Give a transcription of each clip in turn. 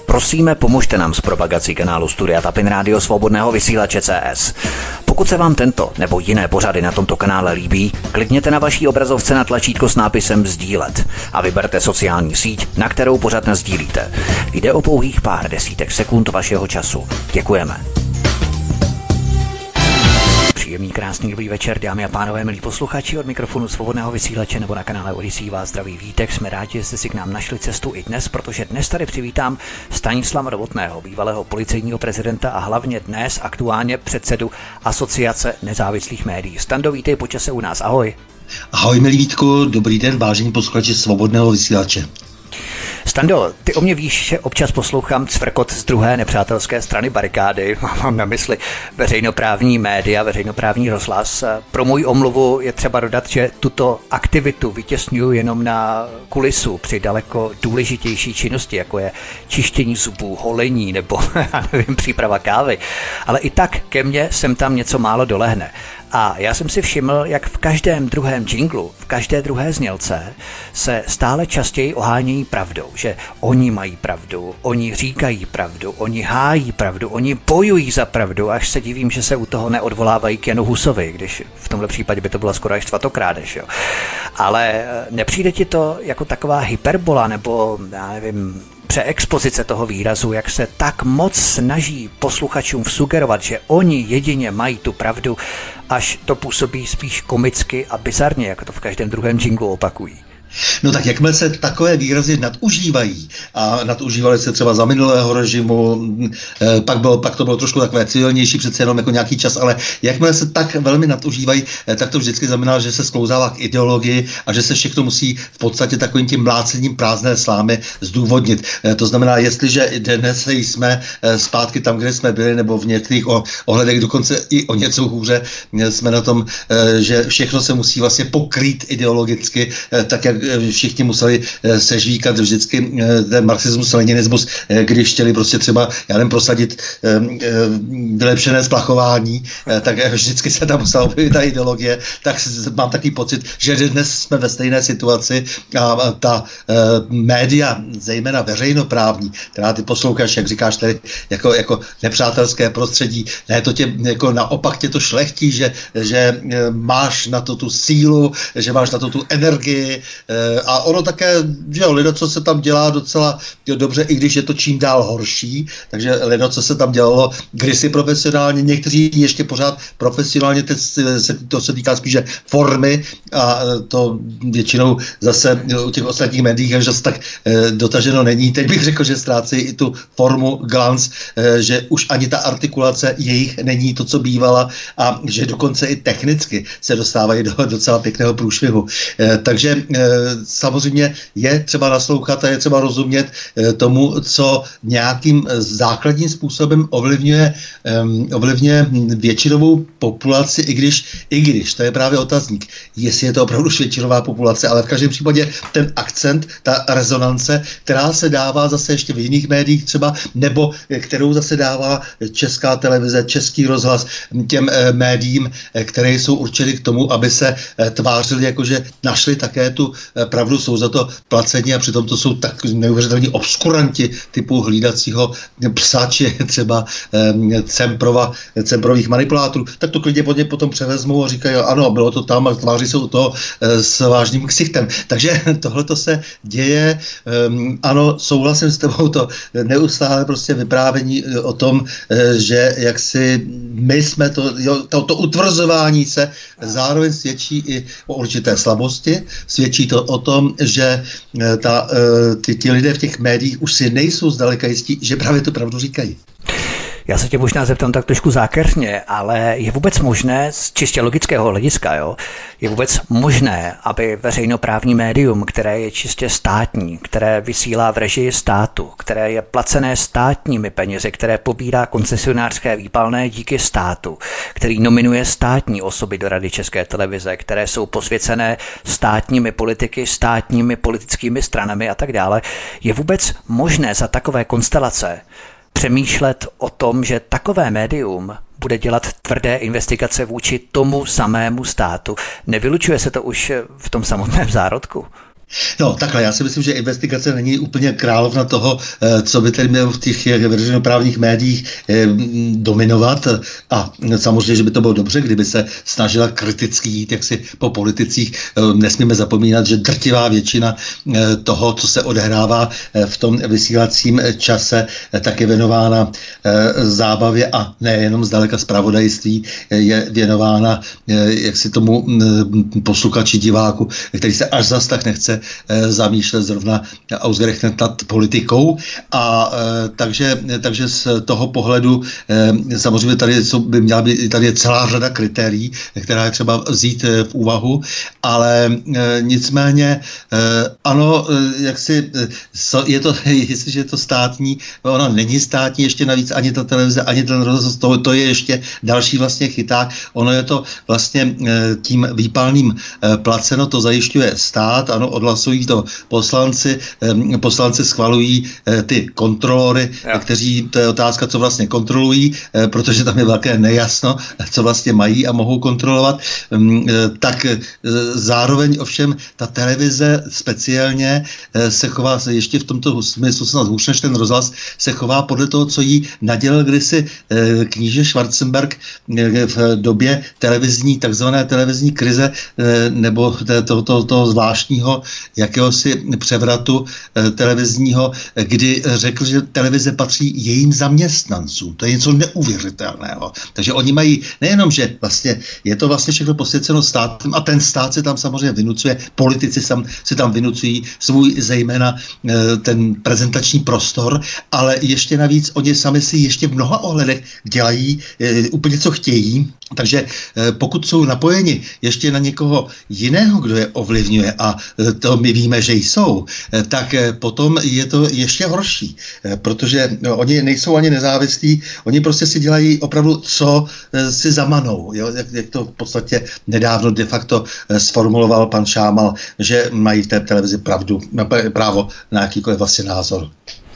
Prosíme, pomožte nám s propagací kanálu Studia Tapin Rádio Svobodného vysílače CS. Pokud se vám tento nebo jiné pořady na tomto kanále líbí, klikněte na vaší obrazovce na tlačítko s nápisem sdílet a vyberte sociální síť, na kterou pořad nasdílíte. Jde o pouhých pár desítek sekund vašeho času. Děkujeme. Příjemný, krásný, dobrý večer, dámy a pánové, milí posluchači, od mikrofonu Svobodného vysílače nebo na kanále Odyssey vás zdraví Vítek. Jsme rádi, že jste si k nám našli cestu i dnes, protože dnes tady přivítám Stanislava Novotného, bývalého policejního prezidenta a hlavně dnes aktuálně předsedu Asociace nezávislých médií. Stando, vítej po čase u nás, ahoj. Ahoj, milý Vítku, dobrý den, vážení posluchači Svobodného vysílače. Stando, ty o mě víš, že občas poslouchám cvrkot z druhé nepřátelské strany barikády, mám na mysli veřejnoprávní média, veřejnoprávní rozhlas. Pro můj omluvu je třeba dodat, že tuto aktivitu vytěsňuji jenom na kulisu při daleko důležitější činnosti, jako je čištění zubů, holení nebo, já nevím, příprava kávy. Ale i tak ke mně sem tam něco málo dolehne. A já jsem si všiml, jak v každém druhém džinglu, v každé druhé znělce se stále častěji ohánějí pravdou, že oni mají pravdu, oni říkají pravdu, oni hájí pravdu, oni bojují za pravdu, až se divím, že se u toho neodvolávají k Janu Husovi, když v tomhle případě by to byla skoro až svatokrádež. Jo. Ale nepřijde ti to jako taková hyperbola nebo, já nevím, přeexpozice toho výrazu, jak se tak moc snaží posluchačům sugerovat, že oni jedině mají tu pravdu, až to působí spíš komicky a bizarně, jako to v každém druhém džinglu opakují. No tak jakmile se takové výrazy nadužívají a nadužívaly se třeba za minulého režimu, pak to bylo trošku takové civilnější, přece jenom jako nějaký čas, ale jakmile se tak velmi nadužívají, tak to vždycky znamená, že se sklouzává k ideologii a že se všechno musí v podstatě takovým tím mlácením prázdné slámy zdůvodnit. To znamená, jestliže dnes jsme zpátky tam, kde jsme byli, nebo v některých ohledech dokonce i o něco hůře, jsme na tom, že všechno se musí vlastně pokrýt ideologicky, tak jak všichni museli sežvíkat vždycky ten marxismus, leninismus, když chtěli prostě třeba, já nevím, prosadit vylepšené splachování, tak vždycky se tam musela objevit ta ideologie, tak mám takový pocit, že dnes jsme ve stejné situaci a ta média, zejména veřejnoprávní, která ty posloucháš, jak říkáš tady, jako nepřátelské prostředí, ne, to tě, jako naopak tě to šlechtí, že máš na to tu sílu, že máš na to tu energii, a ono také, že jo, lido, co se tam dělá docela dobře, i když je to čím dál horší, takže lido, co se tam dělalo kdysi profesionálně, někteří ještě pořád profesionálně, to se týká spíše formy a to většinou zase u těch ostatních médiích až zase tak dotaženo není. Teď bych řekl, že ztrácejí i tu formu glans, že už ani ta artikulace jejich není to, co bývala a že dokonce i technicky se dostávají do docela pěkného průšvihu. Takže samozřejmě je třeba naslouchat a je třeba rozumět tomu, co nějakým základním způsobem ovlivňuje většinovou populaci, i když to je právě otazník, jestli je to opravdu většinová populace, ale v každém případě ten akcent, ta rezonance, která se dává zase ještě v jiných médiích třeba, nebo kterou zase dává Česká televize, Český rozhlas těm médiím, které jsou určeny k tomu, aby se tvářili, jakože našli také tu pravdu, jsou za to placení a přitom to jsou tak neuvěřitelní obskuranti typu hlídacího psa, či třeba Cemprových manipulátorů, tak to klidně potom převezmou a říkají, ano, bylo to tam a tváří se u toho s vážným ksichtem. Takže tohleto se děje, ano, souhlasím s tebou, to neustále prostě vyprávění o tom, že jaksi my jsme to utvrzování se zároveň svědčí i o určité slabosti, svědčí to o tom, že ti lidé v těch médiích už si nejsou zdaleka jistí, že právě tu pravdu říkají. Já se tě možná zeptám tak trošku zákeřně, ale je vůbec možné z čistě logického hlediska, je vůbec možné, aby veřejnoprávní médium, které je čistě státní, které vysílá v režii státu, které je placené státními penězi, které pobírá koncesionářské výpalné díky státu, který nominuje státní osoby do Rady České televize, které jsou posvěcené státními politiky, státními politickými stranami a tak dále, je vůbec možné za takové konstelace přemýšlet o tom, že takové médium bude dělat tvrdé investigace vůči tomu samému státu? Nevylučuje se to už v tom samotném zárodku? No, takhle, já si myslím, že investigace není úplně královna toho, co by tedy mělo v těch veřejnoprávních médiích dominovat, a samozřejmě, že by to bylo dobře, kdyby se snažila kriticky jít jaksi po politicích. Nesmíme zapomínat, že drtivá většina toho, co se odehrává v tom vysílacím čase, tak je věnována zábavě a nejenom zdaleka zpravodajství, je věnována jaksi tomu posluchači, diváku, který se až zas tak nechce zamýšlet zrovna ausgerechnet nad politikou. A takže z toho pohledu samozřejmě by měla být tady je celá řada kritérií, která je třeba vzít v úvahu, ale nicméně ano, jaksi je to, jestliže je to státní, ona není státní, ještě navíc ani ta televize, ani ten rozhlas, to je ještě další vlastně chyták. Ono je to vlastně tím výpalným placeno, to zajišťuje stát, ano, odhlasují to poslanci schvalují ty kontrolory, kteří, to je otázka, co vlastně kontrolují, protože tam je velké nejasno, co vlastně mají a mohou kontrolovat, tak zároveň ovšem ta televize speciálně se chová ještě v tomto smyslu snad hůř než ten rozhlas, se chová podle toho, co jí nadělal kdysi kníže Schwarzenberg v době takzvané televizní krize, nebo toho zvláštního jakéhosi převratu televizního, kdy řekl, že televize patří jejím zaměstnancům. To je něco neuvěřitelného. Takže oni mají nejenom, že vlastně je to vlastně všechno posvěceno státem a ten stát se tam samozřejmě vynucuje, politici si tam vynucují svůj zejména ten prezentační prostor, ale ještě navíc oni sami si ještě v mnoha ohledech dělají úplně co chtějí. Takže pokud jsou napojeni ještě na někoho jiného, kdo je ovlivňuje, a to my víme, že jsou, tak potom je to ještě horší, protože oni nejsou ani nezávislí, oni prostě si dělají opravdu, co si zamanou. Jo? Jak to v podstatě nedávno de facto sformuloval pan Šámal, že mají v té televizi právo na jakýkoliv vlastně názor.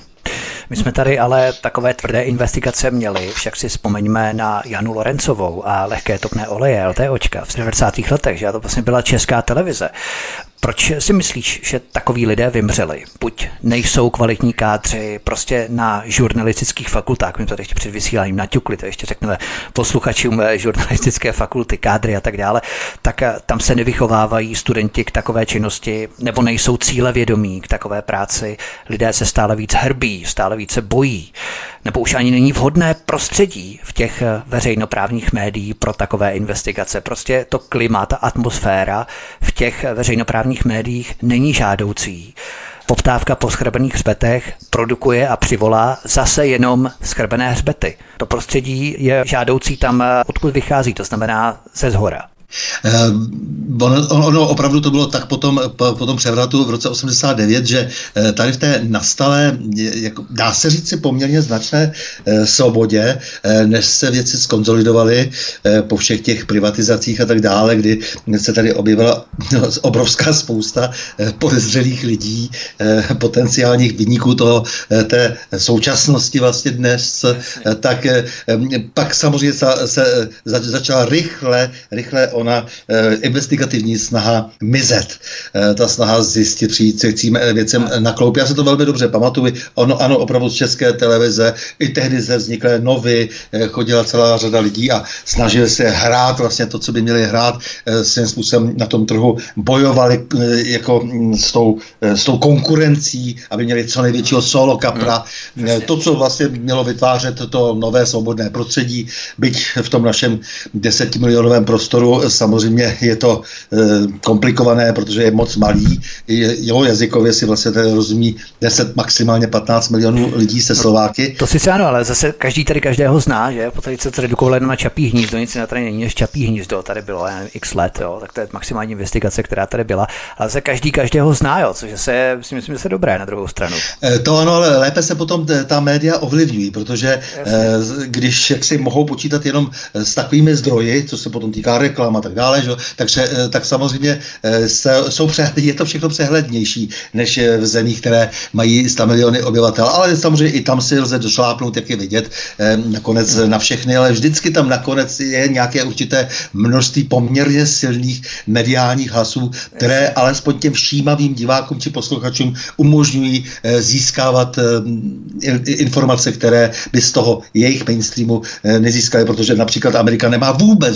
My jsme tady ale takové tvrdé investigace měli, však si vzpomeňme na Janu Lorencovou a lehké topné oleje, LTOčka v 90. letech, že to vlastně byla česká televize. Proč si myslíš, že takoví lidé vymřeli? Buď nejsou kvalitní kádři, prostě na žurnalistických fakultách, my to ještě před vysíláním naťukli, to ještě řekneme posluchačům žurnalistické fakulty, kádry a tak dále, tak tam se nevychovávají studenti k takové činnosti, nebo nejsou cílevědomí k takové práci, lidé se stále víc hrbí, stále více bojí, nebo už ani není vhodné prostředí v těch veřejnoprávních médiích pro takové investigace. Prostě to klima, ta atmosféra v těch veřejnoprávních médiích není žádoucí. Poptávka po schrbených hřbetech produkuje a přivolá zase jenom schrbené hřbety. To prostředí je žádoucí tam, odkud vychází, to znamená ze zhora. Ono opravdu to bylo tak po tom převratu v roce 89, že tady v té nastalé, dá se říct si poměrně značné svobodě, než se věci skonzolidovaly po všech těch privatizacích a tak dále, kdy se tady objevila obrovská spousta podezřelých lidí, potenciálních viníků té současnosti vlastně dnes, tak pak samozřejmě se začala rychle ona investigativní snaha mizet. Ta snaha zjistit, přijít se tím věcem na kloup. Já se to velmi dobře pamatuju. Ano, opravdu z České televize, i tehdy se vzniklé novy, chodila celá řada lidí a snažili se hrát vlastně to, co by měli hrát, svým způsobem na tom trhu bojovali jako s tou konkurencí, aby měli co největšího solo kapra. To, co vlastně mělo vytvářet to nové svobodné prostředí, byť v tom našem 10milionovém prostoru samozřejmě je to komplikované, protože je moc malý. Jeho jazykově si vlastně tady rozumí 10, maximálně 15 milionů lidí se Slováky. To sice ano, ale zase každý tady každého zná, že? Potom se to redukovalo jenom na Čapí hnízdo, nic na tady není než Čapí hnízdo, tady bylo x let, jo? Tak to je maximální investigace, která tady byla, ale zase každý každého zná, jo? Což je, myslím, že se dobré na druhou stranu. To ano, ale lépe se potom ta média ovlivňují, protože když jak si mohou počítat jenom s takovými zdroji, co se potom týká reklam a tak dále, že? Takže tak samozřejmě je to všechno přehlednější než v zemích, které mají 100 miliony obyvatel, ale samozřejmě i tam si lze došlápnout, jak je vidět, nakonec na všechny, ale vždycky tam nakonec je nějaké určité množství poměrně silných mediálních hlasů, které alespoň těm všímavým divákům či posluchačům umožňují získávat informace, které by z toho jejich mainstreamu nezískaly, protože například Amerika nemá vůbec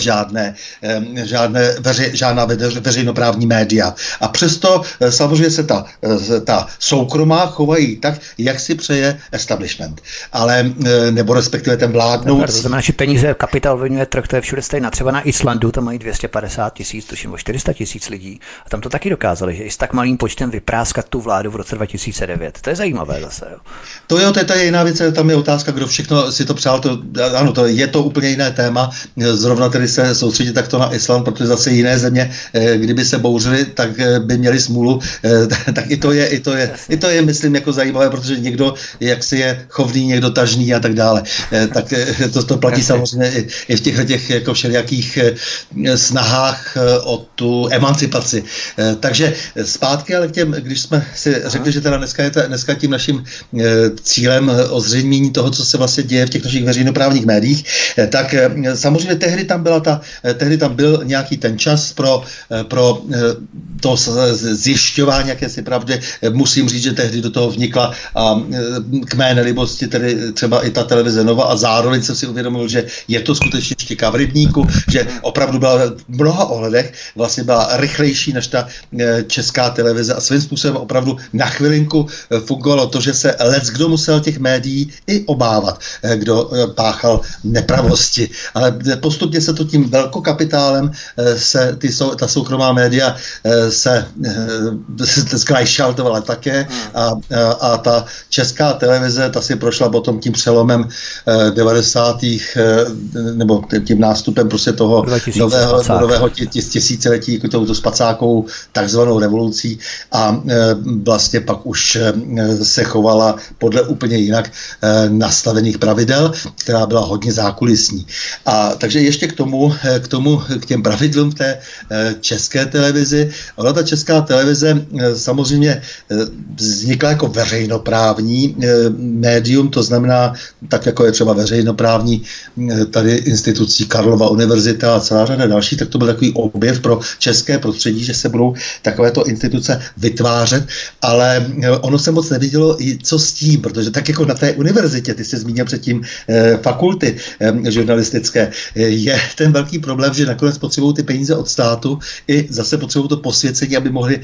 žádná veřejnoprávní média. A přesto samozřejmě se ta soukromá chovají tak, jak si přeje establishment. Ale, nebo respektive ten vládnoucí. To znamená, že peníze kapitál ovlivňuje trh, to je všude stejné. Třeba na Islandu tam mají 250 000, tuším o 400 000 lidí. A tam to taky dokázali, že i s tak malým počtem vypráskat tu vládu v roce 2009. To je zajímavé zase. Jo. To je jiná věc, tam je otázka, kdo všechno si to přál. Ano, je to úplně jiné téma. Zrovna tedy se soustředit takto na Island, protože zase jiné země, kdyby se bouřili, tak by měli smůlu. Tak i to je, myslím, jako zajímavé, protože někdo, jak si je chovný, někdo tažný a tak dále. Tak to platí samozřejmě i v těch jako všelijakých snahách o tu emancipaci. Takže zpátky, ale když jsme si řekli, že teda dneska tím naším cílem ozřejmění toho, co se vlastně děje v těch našich veřejnoprávních médiích, tak samozřejmě tehdy tam byl nějaký ten čas pro to zjišťování jakési pravdy. Musím říct, že tehdy do toho vnikla a k mé nelibosti tedy třeba i ta televize Nova a zároveň jsem si uvědomil, že je to skutečně štěká v rybníku, že opravdu byla v mnoha ohledech vlastně byla rychlejší než ta česká televize a svým způsobem opravdu na chvilinku fungovalo to, že se kdo musel těch médií i obávat, kdo páchal nepravosti. Ale postupně se to tím velkokapitálem ta soukromá média se skrajšaltovala také a ta česká televize, ta si prošla potom tím přelomem 90. nebo tím nástupem prostě toho nového tisíciletí, jako touto spacákovou takzvanou revolucí a vlastně pak už se chovala podle úplně jinak nastavených pravidel, která byla hodně zákulisní. A takže ještě k těm pravidlům v té české televizi. Ona ta česká televize samozřejmě vznikla jako veřejnoprávní médium, to znamená tak, jako je třeba veřejnoprávní tady institucí Karlova univerzita a celá řada další, tak to byl takový objev pro české prostředí, že se budou takovéto instituce vytvářet, ale ono se moc nevidělo, co s tím, protože tak jako na té univerzitě, ty jsi zmínil předtím fakulty žurnalistické, je ten velký problém, že nakonec potřebují ty peníze od státu i zase potřebují to posvěcení, aby mohli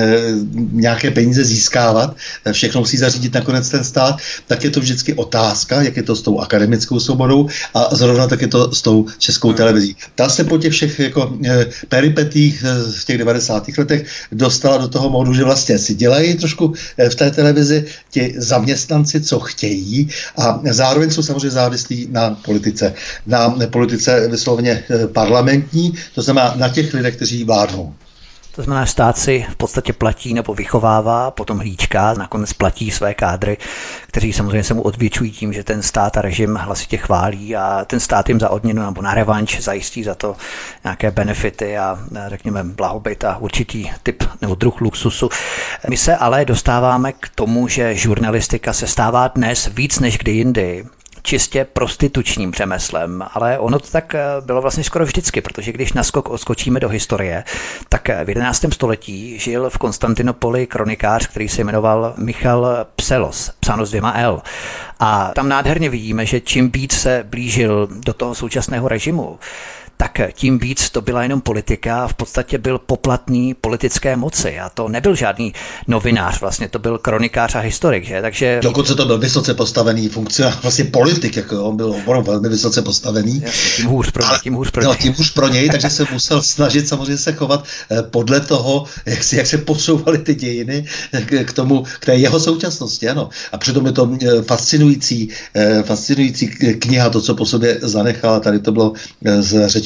nějaké peníze získávat. Všechno musí zařídit nakonec ten stát. Tak je to vždycky otázka, jak je to s tou akademickou svobodou a zrovna tak je to s tou českou televizí. Ta se po těch všech jako peripetích v těch 90. letech dostala do toho módu, že vlastně si dělají trošku v té televizi ti zaměstnanci, co chtějí a zároveň jsou samozřejmě závislí na politice. Na politice vysloveně parlamentní, to znamená na těch lidech, kteří vládnou. To znamená, stát si v podstatě platí nebo vychovává, potom hlíčká, nakonec platí své kádry, kteří samozřejmě se mu odvětšují tím, že ten stát a režim hlasitě chválí a ten stát jim za odměnu nebo na revanš zajistí za to nějaké benefity a řekněme blahobyt a určitý typ nebo druh luxusu. My se ale dostáváme k tomu, že žurnalistika se stává dnes víc než kdy jindy čistě prostitučním řemeslem, ale ono to tak bylo vlastně skoro vždycky, protože když odskočíme do historie, tak v 11. století žil v Konstantinopoli kronikář, který se jmenoval Michal Pselos, psáno s 2 L. A tam nádherně vidíme, že čím víc se blížil do toho současného režimu, tak tím víc to byla jenom politika a v podstatě byl poplatný politické moci. A to nebyl žádný novinář, vlastně to byl kronikář a historik, že? Takže dokonce to byl vysoce postavený funkcionář, vlastně politik, jako on byl velmi vysoce postavený. Jasně, tím hůř pro něj. Takže se musel snažit samozřejmě se chovat podle toho, jak se posouvaly ty dějiny k té jeho současnosti, ano. A přitom je to fascinující kniha, to, co po sobě zanechala, tady to bylo z řeči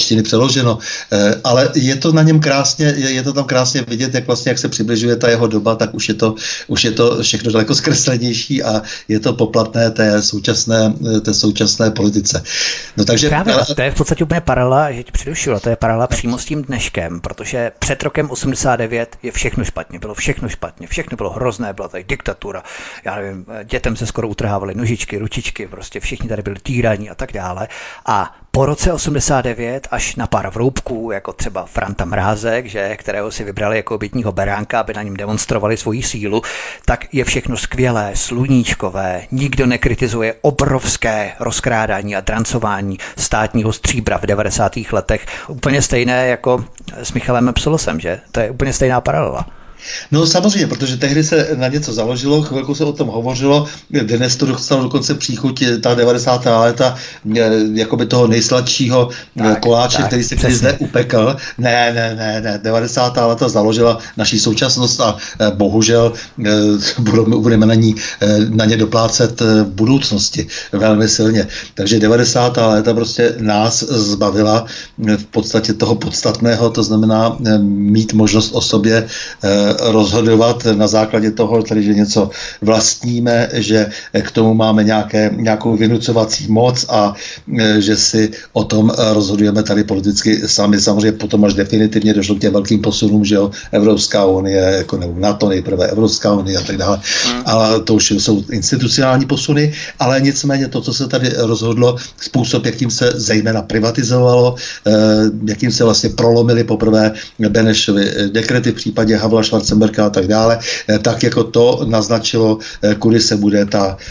češtiny přeloženo, ale je to na něm krásně, je to tam krásně vidět, jak vlastně, jak se přibližuje ta jeho doba, tak už je to všechno daleko zkreslenější a je to poplatné té současné politice. No takže... Právě, to je v podstatě úplně paralela, že ti předušilo, to je paralela přímo s tím dneškem, protože před rokem 89 je všechno špatně, bylo všechno špatně, všechno bylo hrozné, byla tady diktatura, já nevím, dětem se skoro utrhávaly nožičky, ručičky, prostě všichni tady byli týraní a tak dále. A po roce 89 až na pár vroubků, jako třeba Franta Mrázek, že, kterého si vybrali jako obětního beránka, aby na něm demonstrovali svoji sílu, tak je všechno skvělé, sluníčkové, nikdo nekritizuje obrovské rozkrádání a drancování státního stříbra v 90. letech. Úplně stejné jako s Michalem Absolosem, že? To je úplně stejná paralela. No samozřejmě, protože tehdy se na něco založilo, chvilku se o tom hovořilo, dnes to dostalo dokonce příchuť ta 90. léta jakoby toho nejsladšího koláče, který se kdy zde upekl. Ne, 90. léta založila naší současnost a bohužel budeme na ně doplácet v budoucnosti velmi silně. Takže 90. léta prostě nás zbavila v podstatě toho podstatného, to znamená mít možnost o sobě rozhodovat na základě toho, tedy, že něco vlastníme, že k tomu máme nějakou vynucovací moc a že si o tom rozhodujeme tady politicky sami. Samozřejmě potom až definitivně došlo k těm velkým posunům, že jo, Evropská unie, jako nebo NATO nejprve, Evropská unie a tak dále. Ale to už jsou institucionální posuny, ale nicméně to, co se tady rozhodlo, způsob, jakým se zejména privatizovalo, jakým se vlastně prolomili poprvé Benešovy dekrety v případě Havla, Schwarzenberga a tak dále, tak jako to naznačilo, kudy se bude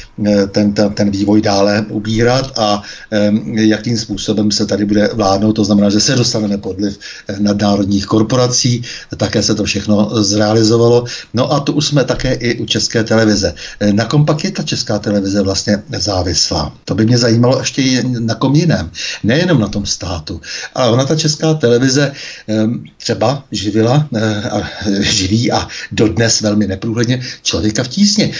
ten vývoj dále ubírat a jakým způsobem se tady bude vládnout. To znamená, že se dostaneme pod vliv nadnárodních korporací, také se to všechno zrealizovalo. No a tu už jsme také i u České televize. Na kom pak je ta Česká televize vlastně závislá? To by mě zajímalo ještě na kom jiném. Nejenom na tom státu, ale ona ta Česká televize třeba živila a živí a dodnes velmi neprůhledně Člověka v tísni.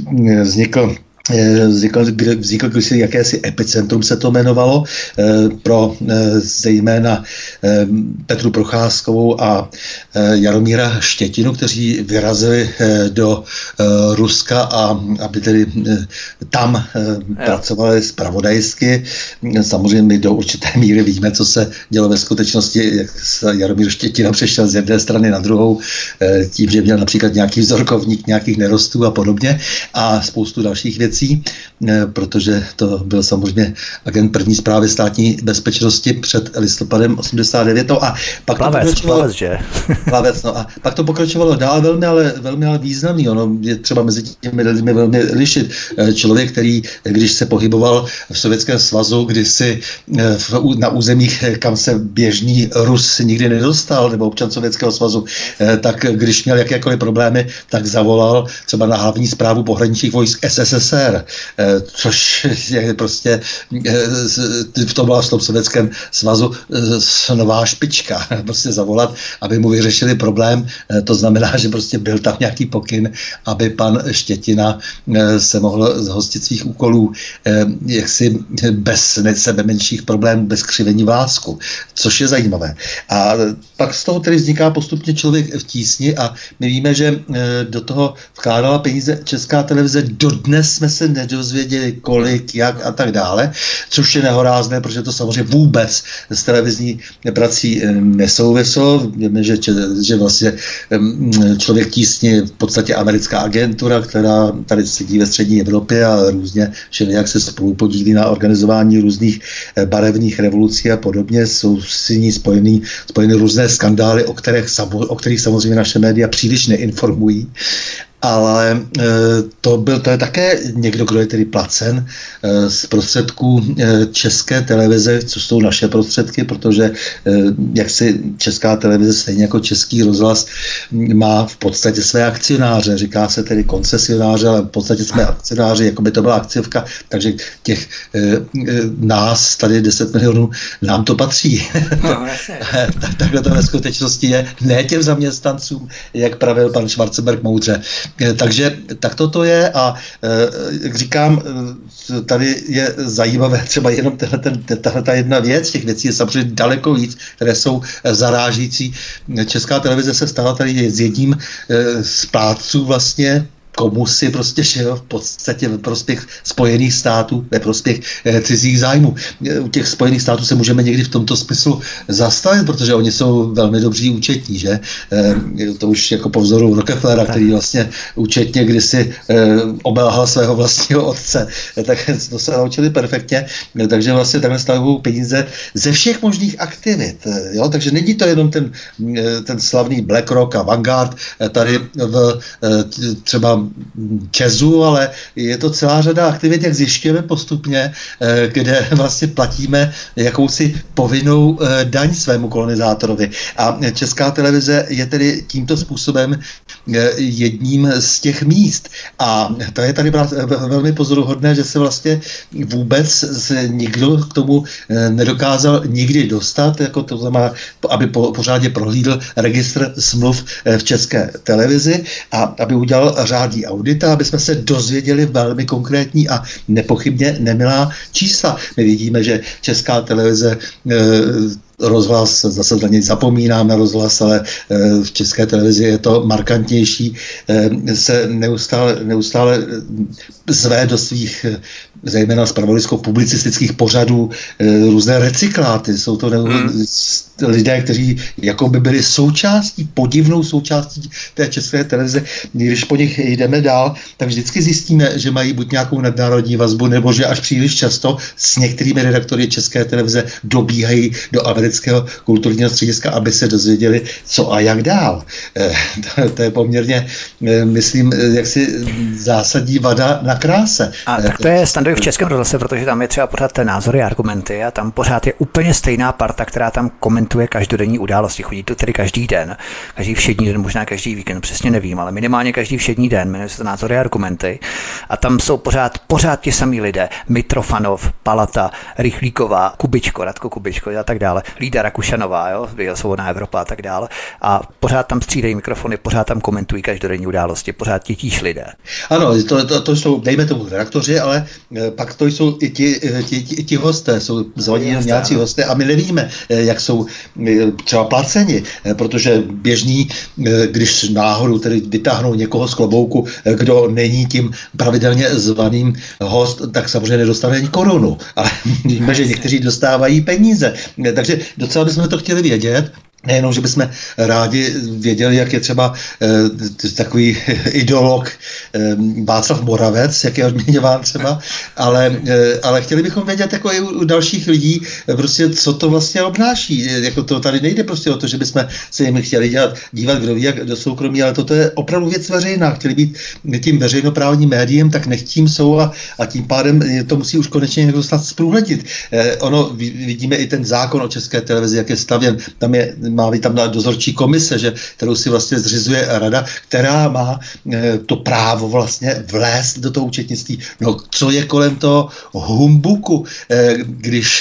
Vznikl kdysi jakési epicentrum, se to jmenovalo, pro zejména Petru Procházkovou a Jaromíra Štětinu, kteří vyrazili do Ruska a aby tedy tam pracovali zpravodajsky. Samozřejmě my do určité míry víme, co se dělo ve skutečnosti, jak Jaromír Štětina přešel z jedné strany na druhou, tím, že měl například nějaký vzorkovník nějakých nerostů a podobně a spoustu dalších věcí, protože to byl samozřejmě agent první správy státní bezpečnosti před listopadem 89. No a pak Plavec, no a pak to pokračovalo dál velmi ale významný. Ono je třeba mezi těmi lidmi velmi lišit. Člověk, který, když se pohyboval v Sovětském svazu, kdysi na územích, kam se běžný Rus nikdy nedostal, nebo občan Sovětského svazu, tak když měl jakékoliv problémy, tak zavolal třeba na hlavní správu pohraničních vojsk SSSR, což je prostě v tom Sovětském svazu nová špička. Prostě zavolat, aby mu vyřešili problém. To znamená, že prostě byl tam nějaký pokyn, aby pan Štětina se mohl zhostit svých úkolů jaksi bez sebe menších problémů, bez křivení vlásku, což je zajímavé. A pak z toho tedy vzniká postupně Člověk v tísni a my víme, že do toho vkládala peníze Česká televize. Dodnes jsme se nedozvěděli kolik, jak a tak dále, což je nehorázné, protože to samozřejmě vůbec s televizní prací nesouvislo. Víme, že vlastně Člověk tísni je v podstatě americká agentura, která tady sedí ve střední Evropě a různě, jak se spolu podílí na organizování různých barevných revolucí a podobně. Jsou s ní spojeny různé skandály, o kterých samozřejmě naše média příliš neinformují. Ale to je také někdo, kdo je tedy placen z prostředků České televize, co jsou naše prostředky, protože jak si Česká televize, stejně jako Český rozhlas, má v podstatě své akcionáře. Říká se tedy koncesionáře, ale v podstatě jsme akcionáři, jako by to byla akciovka, takže těch nás, tady 10 milionů, nám to patří. No, takhle to ve skutečnosti je. Ne těm zaměstnancům, jak pravil pan Schwarzenberg moudře, Takže tak to je a jak říkám, tady je zajímavé třeba jenom ta jedna věc, těch věcí je samozřejmě daleko víc, které jsou zarážící. Česká televize se stala tady s jedním z plátců vlastně komusy prostě, že jo, v podstatě ve prospěch Spojených států, ve prospěch cizích zájmů. U těch Spojených států se můžeme někdy v tomto smyslu zastavit, protože oni jsou velmi dobří účetní, že? To už jako po vzoru Rockefellera, který vlastně účetně kdysi obelhal svého vlastního otce, tak to se naučili perfektně, takže vlastně takhle stavují peníze ze všech možných aktivit, jo? Takže není to jenom ten slavný BlackRock a Vanguard tady v třeba Česu, ale je to celá řada aktivit, jak zjišťujeme postupně, kde vlastně platíme jakousi povinnou daň svému kolonizátorovi. A Česká televize je tedy tímto způsobem jedním z těch míst. A to je tady velmi pozoruhodné, že se vlastně vůbec nikdo k tomu nedokázal nikdy dostat, jako to znamená, aby pořádně prohlídl registr smluv v České televizi a aby udělal řádný audit, aby jsme se dozvěděli velmi konkrétní a nepochybně nemilá čísla. My vidíme, že Česká televize rozhlas, zase na něj zapomínám na rozhlas, ale v České televizi je to markantnější, se neustále zve do svých zejména zpravodajsko-publicistických pořadů různé recykláty. Jsou to lidé, kteří jako by byli podivnou součástí té České televize. Když po nich jdeme dál, tak vždycky zjistíme, že mají buď nějakou nadnárodní vazbu, nebo že až příliš často s některými redaktory České televize dobíhají do amerického kulturního střediska, aby se dozvěděli, co a jak dál. To je poměrně, myslím, jaksi zásadní vada na kráse. A tak to je standard v Českém rozhlase, protože tam je třeba pořád názory a argumenty a tam pořád je úplně stejná parta, která tam komentuje každodenní události. Chodí to tedy každý den, každý všední den, možná každý víkend, přesně nevím, ale minimálně každý všední den, jmenuje se to názory a argumenty. A tam jsou pořád ti samí lidé. Mitrofanov, Palata, Rychlíková, Kubičko, Radko Kubičko a tak dále. Lída Rakušanová, jo, Svobodná Evropa a tak dále. A pořád tam střídají mikrofony, pořád tam komentují každodenní události, pořád titíž lidé. Ano, to jsou, dejme tomu redaktoři, ale pak to jsou i ti hosté, jsou zvaní nějací hosté a my nevíme, jak jsou třeba placeni, protože běžní, když náhodou tedy vytáhnou někoho z klobouku, kdo není tím pravidelně zvaným host, tak samozřejmě nedostane ani korunu. Ale víme, že někteří dostávají peníze. Takže docela bychom to chtěli vědět. Nejenom, že bychom rádi věděli, jak je třeba takový ideolog Václav Moravec, jak je odměňován třeba, ale chtěli bychom vědět jako i u dalších lidí, prostě co to vlastně obnáší. Jako to tady nejde prostě o to, že bychom se jim chtěli dívat, kdo ví, jak do soukromí, ale toto je opravdu věc veřejná. Chtěli být tím veřejnoprávním médiem, tak nechtím jsou a tím pádem to musí už konečně někdo snad zprůhlednit. Ono, vidíme i ten zákon o České televizi, jak je stavěn, má být tam dozorčí komise, kterou si vlastně zřizuje rada, která má to právo vlastně vlézt do toho účetnictví. No, co je kolem toho humbuku, když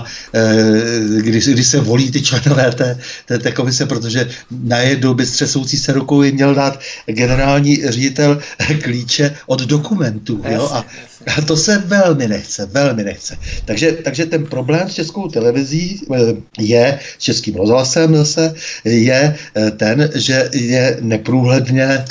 se volí ty členové té komise, protože najednou by střesoucí se rukou jim měl dát generální ředitel klíče od dokumentů. Jo? A to se velmi nechce. Takže ten problém s Českou televizí je, s Českým rozhlasem zase, je ten, že je neprůhledné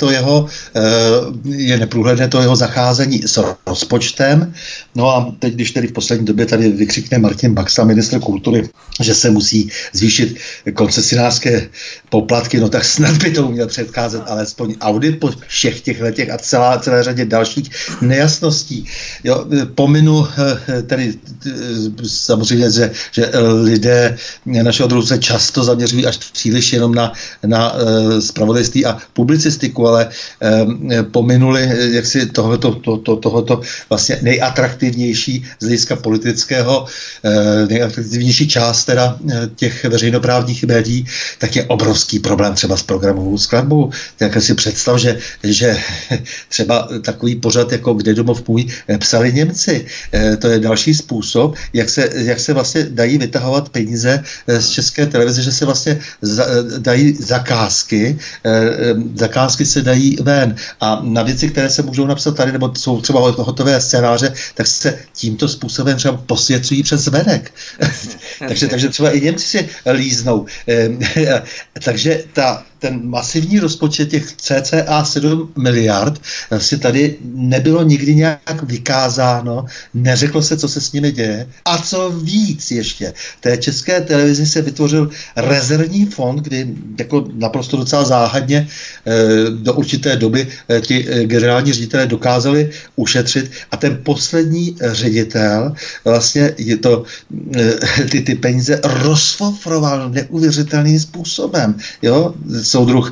to jeho zacházení s rozpočtem. No a teď, když tedy v poslední době tady vykřikne Martin Baxa, ministr kultury, že se musí zvýšit koncesionářské poplatky, no tak snad by to měl předcházet alespoň audit po všech těch letech a celé řadě dalších nejasností. Jo, pominu tedy samozřejmě, že lidé našeho druhu se často zaměřují až příliš jenom na zpravodajství a publicistiku, ale pominuli jaksi tohoto vlastně nejatraktivnější z hlediska politického, nejatraktivnější část teda těch veřejnoprávních médií, tak je obrovský problém třeba s programovou skladbou. Tak si představ, že třeba takový pořad jako Kde domov můj psali Němci. To je další způsob, jak se vlastně dají vytahovat peníze z České televize, že se vlastně dají zakázky se dají ven. A na věci, které se můžou napsat tady, nebo jsou třeba hotové scénáře, tak se tímto způsobem třeba posvěcují přes venek. takže třeba i Němci si líznou. Takže ten masivní rozpočet těch cca 7 miliard si tady nebylo nikdy nějak vykázáno, neřeklo se, co se s nimi děje. A co víc ještě, té České televizi se vytvořil rezervní fond, kdy jako naprosto docela záhadně do určité doby ti generální ředitelé dokázali ušetřit a ten poslední ředitel vlastně je to ty peníze rozfofroval neuvěřitelným způsobem. Jo? Soudruh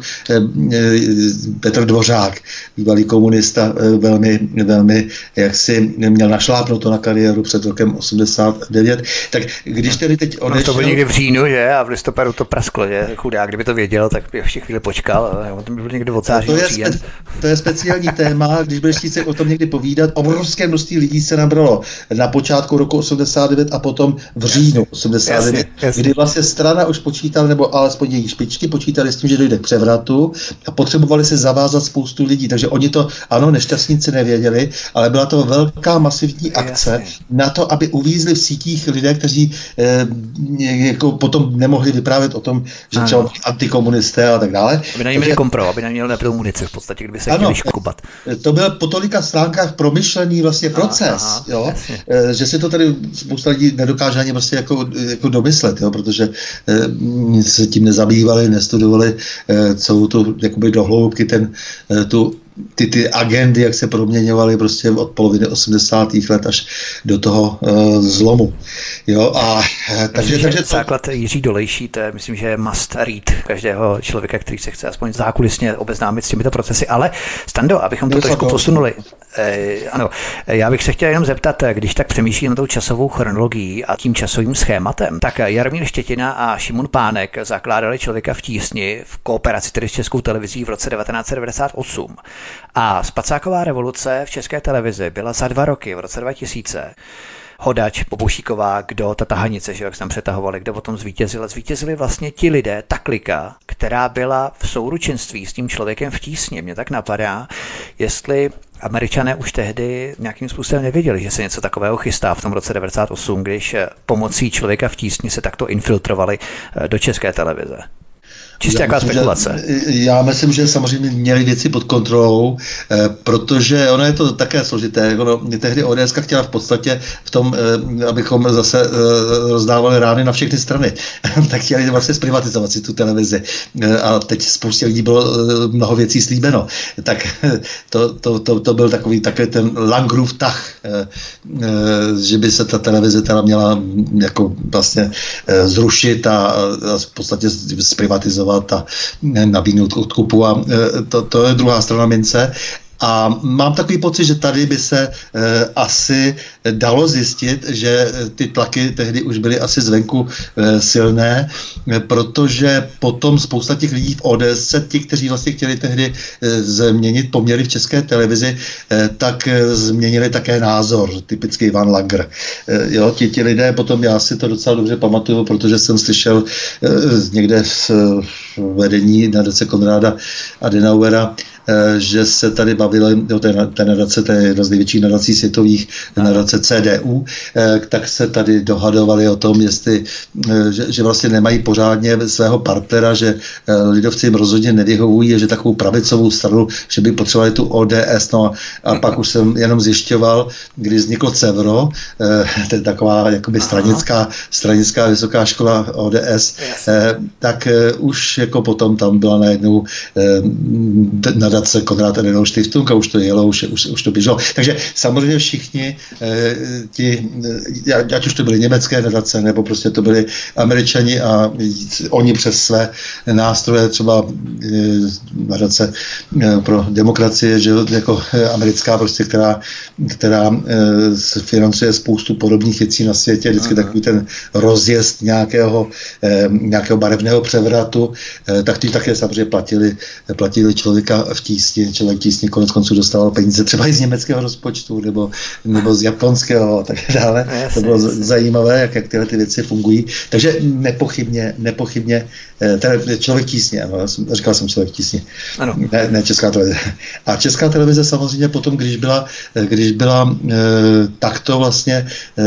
Petr Dvořák, bývalý komunista, velmi jaksi měl našlápnout to na kariéru před rokem 89. Tak když tedy teď odešel... To bylo někdy v říjnu, že? A v listopadu to prasklo, že? Chudák, kdyby to věděl, tak by ještě chvíli počkal. A to by byl někdy od září příjem. To je speciální téma, když budeš chtít se o tom někdy povídat. Obrovské množství lidí se nabralo na počátku roku 89 a potom v říjnu 89, kdy vlastně strana už počítala, nebo alespoň její špičky počítali s tím, že dojde k převratu a potřebovali se zavázat spoustu lidí. Takže oni to, ano, nešťastníci nevěděli, ale byla to velká masivní akce na to, aby uvízli v sítích lidé, kteří jako potom nemohli vyprávět o tom, že třeba antikomunisté a tak dále. Aby na ně měli kompro, aby na ně nebyl munici v podstatě, kdyby se chtěli škubat. To byl po tolika stránkách promyšlený vlastně proces, jo? Že si to tady spousta lidí nedokáže ani vlastně jako domyslet, jo? Protože se tím nezabývali, nestudovali celou tu jakoby dohloubky ty agendy, jak se proměňovaly prostě od poloviny 80. let až do toho zlomu. Jo, a takže základ Jiří Dolejší, to je, myslím, že je must read každého člověka, který se chce aspoň zákulisně obeznámit s těmito procesy. Ale Stando, abychom to trošku posunuli. Ano, já bych se chtěl jenom zeptat, když tak přemýšlím na tou časovou chronologií a tím časovým schématem, tak Jaromír Štětina a Šimon Pánek zakládali Člověka v tísni v kooperaci tedy s Českou televizí v roce 1998. A Spacáková revoluce v České televizi byla za 2 roky, v roce 2000. Hodač, Bobošíková, kdo, ta tahanice, že jak se tam přetahovali, kdo potom zvítězil. Zvítězili vlastně ti lidé, ta klika, která byla v souručenství s tím Člověkem v tísni. Mě tak napadá, jestli Američané už tehdy nějakým způsobem nevěděli, že se něco takového chystá v tom roce 98, když pomocí Člověka v tísni se takto infiltrovali do České televize. Čistě jaká spekulace. Já myslím, že samozřejmě měli věci pod kontrolou, protože ono je to také složité. Tehdy ODS chtěla v podstatě v tom, abychom zase rozdávali rány na všechny strany. Tak chtěli vlastně zprivatizovat si tu televizi. A teď spoustě lidí bylo mnoho věcí slíbeno. Tak to byl takový ten Langrův tah, že by se ta televize teda měla jako vlastně zrušit a v podstatě zprivatizovat a nabídnout odkupu a to je druhá strana mince. A mám takový pocit, že tady by se asi dalo zjistit, že ty tlaky tehdy už byly asi zvenku silné, protože potom spousta těch lidí v ODS, ti, kteří vlastně chtěli tehdy změnit poměry v České televizi, tak změnili také názor, typický Ivan Langer. Jo, ti lidé potom, já si to docela dobře pamatuju, protože jsem slyšel někde v vedení nadace Konráda Adenauera, že se tady bavili o té nadace, to je jedna z největších nadací světových, nadace CDU, tak se tady dohadovali o tom, jestli, že vlastně nemají pořádně svého partnera, že lidovci jim rozhodně nevyhovují, že takovou pravicovou stranu, že by potřebovali tu ODS, no a pak už jsem jenom zjišťoval, kdy vzniklo CEVRO, to je taková jakoby stranická vysoká škola ODS, tak už jako potom tam byla najednou nadace Konrad Adenauer Stiftung a už to jelo, už to běželo. Takže samozřejmě všichni ať už to byly německé nadace, nebo prostě to byli Američani a oni přes své nástroje, třeba nadace pro demokracie, že jako americká prostě, která financuje spoustu podobných věcí na světě, vždycky takový ten rozjezd nějakého barevného převratu, tak ty také samozřejmě platili člověka v tísni, člověk v tísni konec konců dostával peníze třeba i z německého rozpočtu, nebo z japonského a tak dále. To bylo zajímavé, jak tyhle ty věci fungují. Takže nepochybně ten člověk tísně, ano, říkal jsem člověk tísně. Ano. Ne Česká televize. A Česká televize samozřejmě potom, když byla takto vlastně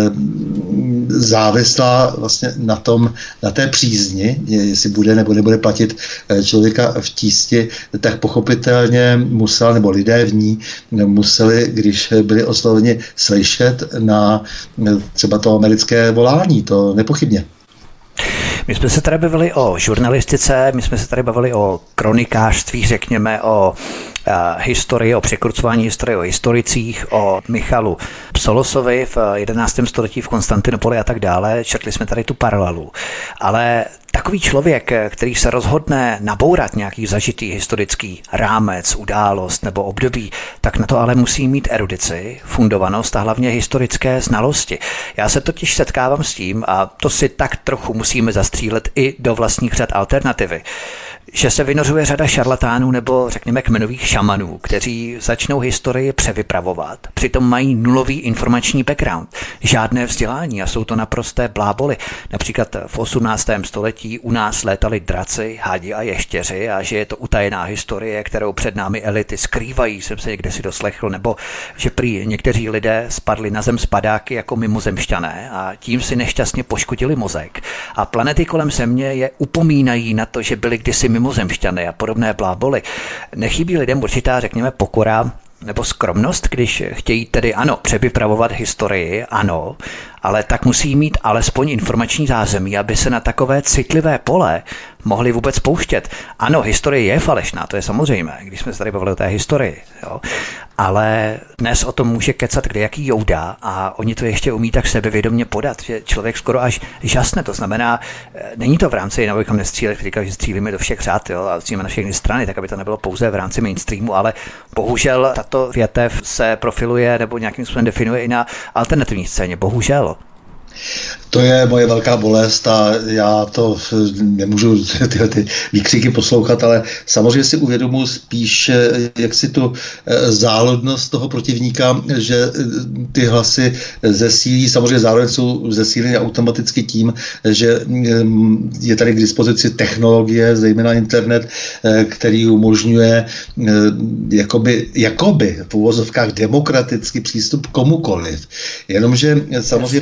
závislá vlastně na té přízni, jestli bude nebo nebude platit člověka v tísni, tak pochopitelně musel, nebo lidé v ní museli, když byli osloveni, slyšet na třeba to americké volání, to nepochybně. My jsme se tady bavili o žurnalistice, my jsme se tady bavili o kronikářství, řekněme, o historii, o překrucování historie, o historicích, o Michalu Psolosovi v 11. století v Konstantinopoli a tak dále. Četli jsme tady tu paralelu. Ale takový člověk, který se rozhodne nabourat nějaký zažitý historický rámec, událost nebo období, tak na to ale musí mít erudici, fundovanost a hlavně historické znalosti. Já se totiž setkávám s tím, a to si tak trochu musíme zastřílet i do vlastních řad Alternativy, že se vynořuje řada šarlatánů nebo řekněme kmenových šamanů, kteří začnou historii převypravovat. Přitom mají nulový informační background, žádné vzdělání a jsou to naprosté bláboli. Například v 18. století u nás létali draci, hadi a ještěři a že je to utajená historie, kterou před námi elity skrývají, jsem se někde si doslechl, nebo že prý někteří lidé spadli na zem spadáky jako mimozemšťané a tím si nešťastně poškodili mozek. A planety kolem Země je upomínají na to, že byli kdysi mimozemšťany a podobné bláboli. Nechybí lidem určitá, řekněme, pokora nebo skromnost, když chtějí tedy ano, převypravovat historii, ano, ale tak musí mít alespoň informační zázemí, aby se na takové citlivé pole mohli vůbec pouštět. Ano, historie je falešná, to je samozřejmé, když jsme se tady bavili o té historii, jo. Ale dnes o tom může kecat kdejaký jouda a oni to ještě umí tak sebevědomě podat, že člověk skoro až žasne. To znamená, není to v rámci, nebo bychom nestříleli, říkal, že střílíme do všech řád, jo, a střílíme na všechny strany, tak aby to nebylo pouze v rámci mainstreamu, ale bohužel tato větev se profiluje nebo nějakým způsobem definuje i na alternativní scéně. Bohužel. To je moje velká bolest a já to nemůžu ty výkřiky poslouchat, ale samozřejmě si uvědomuji spíš jak si tu záludnost toho protivníka, že ty hlasy zesílí, samozřejmě zároveň jsou zesíleny automaticky tím, že je tady k dispozici technologie, zejména internet, který umožňuje jakoby v uvozovkách demokratický přístup komukoliv. Jenomže samozřejmě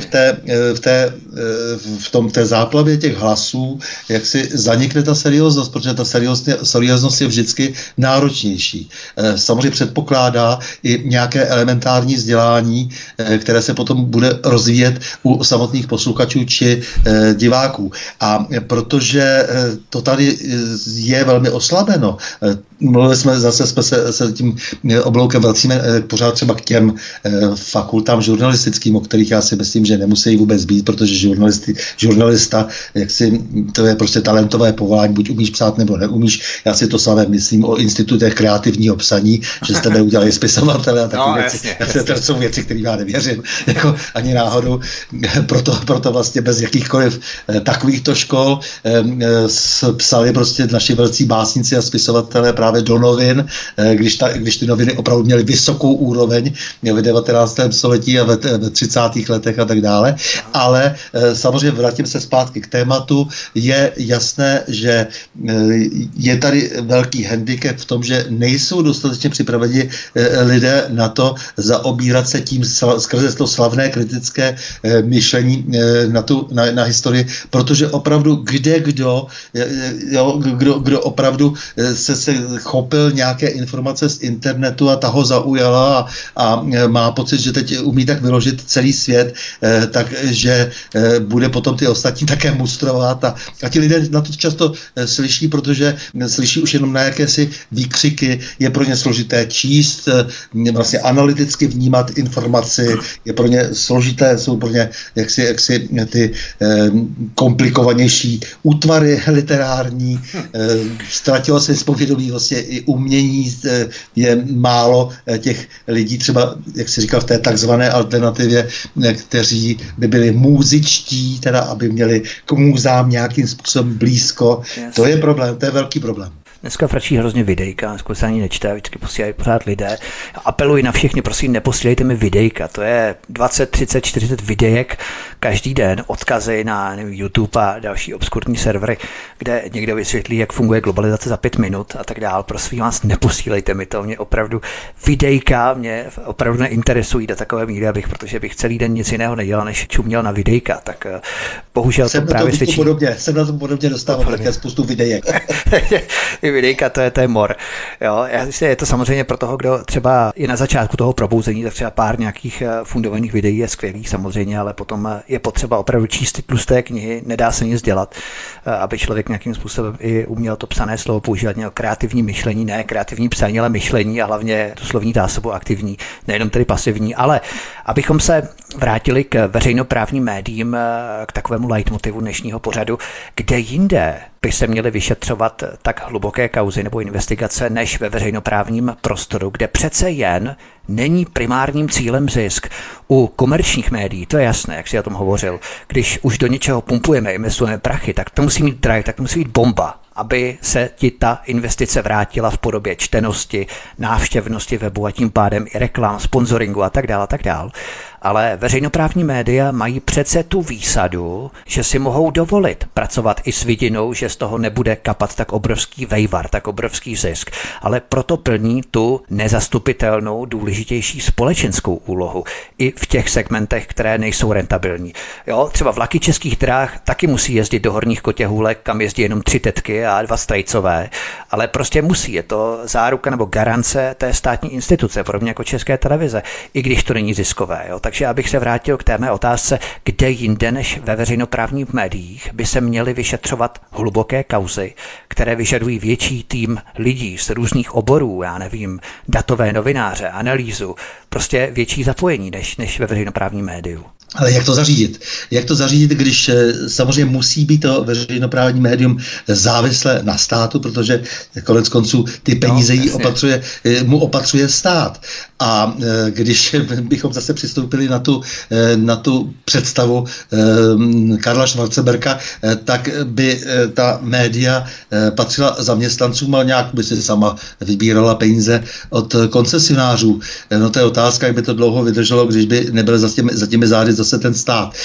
v té záplavě těch hlasů, jak si zanikne ta serióznost, protože ta serióznost je vždycky náročnější. Samozřejmě předpokládá i nějaké elementární vzdělání, které se potom bude rozvíjet u samotných posluchačů či diváků. A protože to tady je velmi oslabeno, mluvili jsme se tím obloukem vracíme pořád třeba k těm fakultám žurnalistickým, o kterých já si myslím, že nemusí vůbec být, protože žurnalista, to je prostě talentové povolání, buď umíš psát, nebo neumíš. Já si to samé myslím o institutech kreativního psaní, že z tebe udělali spisovatele a takové věci. To jsou věci, které já nevěřím, jako ani náhodou. Proto vlastně bez jakýchkoliv takovýchto škol psali prostě naši velcí básníci a spisovatelé právě do novin, když ty noviny opravdu měly vysokou úroveň v 19. století a ve 30. letech a tak dále. Ale samozřejmě vrátím se zpátky k tématu. Je jasné, že je tady velký handicap v tom, že nejsou dostatečně připraveni lidé na to zaobírat se tím skrze to slavné kritické myšlení na historii, protože opravdu kdo opravdu se chopil nějaké informace z internetu a ta ho zaujala a má pocit, že teď umí tak vyložit celý svět, takže bude potom ty ostatní také mustrovat a ti lidé na to často slyší, protože slyší už jenom na jakési výkřiky, je pro ně složité číst, vlastně analyticky vnímat informaci, je pro ně složité, jsou pro ně jaksi ty komplikovanější útvary literární, ztratilo se z povědomí vlastně i umění, je málo těch lidí, třeba, jak se říkal, v té takzvané alternativě, kteří by byli můzičtí, teda aby měli k můzám nějakým způsobem blízko. Yes. To je problém, to je velký problém. Dneska fračí hrozně videjka, skoro se ani nečte, vždycky posílají pořád lidé. Apeluji na všechny, prosím, neposílejte mi videjka, to je 20, 30, 40 videjek každý den, odkazy na YouTube a další obskurní servery, kde někdo vysvětlí, jak funguje globalizace za 5 minut a tak dál. Prosím vás, neposílejte mi to, mě opravdu videjka mě opravdu neinteresují do takové míry, protože bych celý den nic jiného nedělal, než čuměl na videjka, tak bohužel to právě svědčí. Jsem na to podobně dostával také spoustu videjek. Videjka, to je mor. Jo, je to samozřejmě pro toho, kdo třeba je na začátku toho probouzení, tak třeba pár nějakých fundovaných videí je skvělých samozřejmě, ale potom je potřeba opravdu číst ty tlusté knihy, nedá se nic dělat, aby člověk nějakým způsobem i uměl to psané slovo používat, měl kreativní myšlení, ne kreativní psaní, ale myšlení a hlavně tu slovní zásobu aktivní, nejenom tedy pasivní, ale abychom se vrátili k veřejnoprávním médiím, k takovému leitmotivu dnešního pořadu, kde jinde by se měly vyšetřovat tak hluboké kauzy nebo investigace než ve veřejnoprávním prostoru, kde přece jen není primárním cílem zisk. U komerčních médií, to je jasné, jak si o tom hovořil, když už do něčeho pumpujeme, investujeme prachy, tak to musí mít drive, tak to musí být bomba, aby se ti ta investice vrátila v podobě čtenosti, návštěvnosti webu a tím pádem i reklam, sponsoringu a tak dále. Ale veřejnoprávní média mají přece tu výsadu, že si mohou dovolit pracovat i s vidinou, že z toho nebude kapat tak obrovský vejvar, tak obrovský zisk, ale proto plní tu nezastupitelnou, důležitější společenskou úlohu i v těch segmentech, které nejsou rentabilní. Jo, třeba vlaky Českých drah taky musí jezdit do Horních Kotěhůlek, kam jezdí jenom 3 tetky a 2 strejcové, ale prostě musí, je to záruka nebo garance té státní instituce, podobně jako České televize, i když to není ziskové. Jo. Takže abych se vrátil k té mé otázce, kde jinde než ve veřejnoprávních médiích by se měly vyšetřovat hluboké kauzy, které vyžadují větší tým lidí z různých oborů, já nevím, datové novináře, analýzu, prostě větší zapojení než ve veřejnoprávním médiu. Ale jak to zařídit? Jak to zařídit, když samozřejmě musí být to veřejnoprávní médium závislé na státu, protože konec konců ty peníze mu opatřuje stát. A když bychom zase přistoupili na tu představu Karla Schwarzenberga, tak by ta média patřila zaměstnancům, ale nějak by si sama vybírala peníze od koncesionářů. No to je otázka, jak by to dlouho vydrželo, když by nebyl za těmi zády zase ten stát.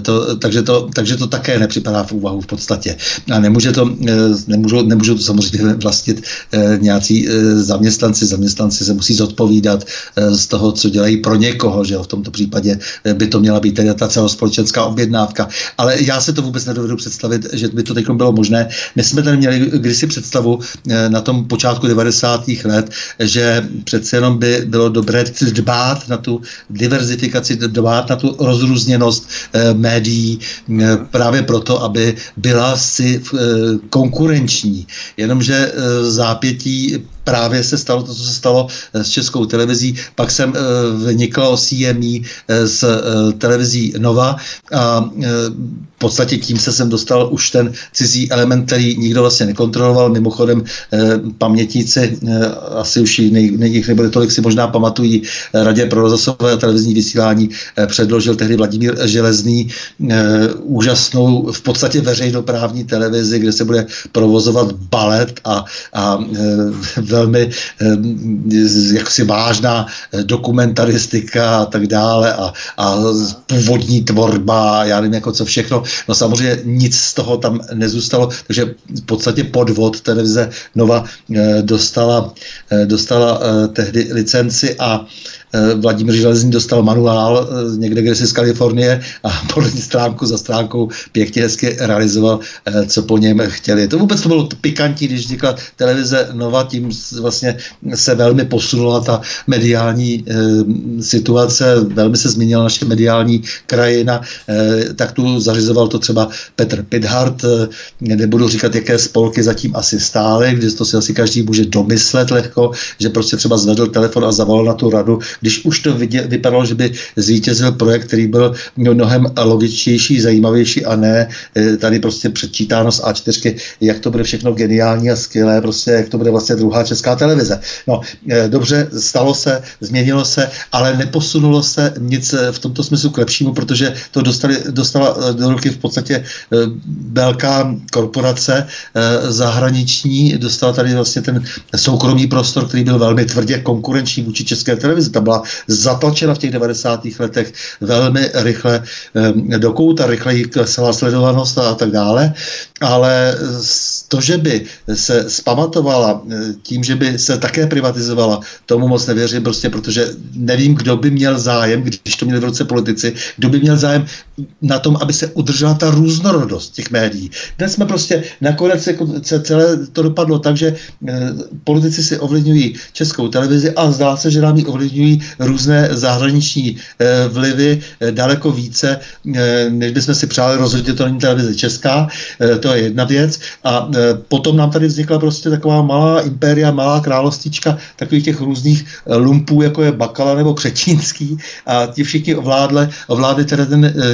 Takže to také nepřipadá v úvahu v podstatě. A nemůžou to samozřejmě vlastnit nějací zaměstnanci. Zaměstnanci se musí zodpovídat z toho, co dělají pro někoho, že jo? V tomto případě by to měla být teda ta celospolečenská objednávka. Ale já se to vůbec nedovedu představit, že by to teď bylo možné. My jsme tady měli kdysi představu na tom počátku 90. let, že přece jenom by bylo dobré dbát na tu diverzifikaci, dbát na tu rozrůzněnost médií právě proto, aby byla si konkurenční. Jenomže zápětí právě se stalo to, co se stalo s Českou televizí. Pak jsem vnikl CME z televizí Nova a v podstatě tím jsem dostal už ten cizí element, který nikdo vlastně nekontroloval. Mimochodem pamětníci, asi už jich nebude tolik, si možná pamatují, Radě pro rozhlasové a televizní vysílání předložil tehdy Vladimír Železný úžasnou, v podstatě veřejnoprávní televizi, kde se bude provozovat balet a velmi jaksi vážná dokumentaristika a tak dále a původní tvorba, já nevím jako co všechno. No samozřejmě nic z toho tam nezůstalo, takže v podstatě podvod televize Nova dostala tehdy licenci a Vladimír Železný dostal manuál někde, kde si z Kalifornie a podle stránku za stránkou pěkně hezky realizoval, co po něm chtěli. To vůbec to bylo pikantní, když vznikla televize Nova, tím vlastně se velmi posunula ta mediální situace, velmi se změnila naše mediální krajina, tak tu zařizoval to třeba Petr Pithart, nebudu říkat, jaké spolky zatím asi stály, když to si asi každý může domyslet lehko, že prostě třeba zvedl telefon a zavolal na tu radu, když už to vypadalo, že by zvítězil projekt, který byl mnohem logičtější, zajímavější a ne tady prostě předčítáno z A4, jak to bude všechno geniální a skvělé, prostě jak to bude vlastně druhá česká televize. No, dobře, stalo se, změnilo se, ale neposunulo se nic v tomto smyslu k lepšímu, protože to dostala do ruky v podstatě velká korporace zahraniční, dostala tady vlastně ten soukromý prostor, který byl velmi tvrdě konkurenční vůči české televizi. Ta byla zatlačena v těch 90. letech velmi rychle do kouta, rychleji klesala sledovanost a tak dále, ale to, že by se zpamatovala tím, že by se také privatizovala, tomu moc nevěřím, prostě protože nevím, kdo by měl zájem, když to měli v ruce politici, kdo by měl zájem na tom, aby se udržela ta různorodost těch médií. Dnes jsme prostě nakonec se celé to dopadlo tak, že politici si ovlivňují českou televizi a zdá se, že nám ji ovlivňují různé zahraniční vlivy daleko více, než bychom si přáli. Rozhodně to není televize česká, to je jedna věc. A potom nám tady vznikla prostě taková malá impéria, malá královstíčka takových těch různých lumpů, jako je Bakala nebo Křetínský, a ti všichni ovládli teda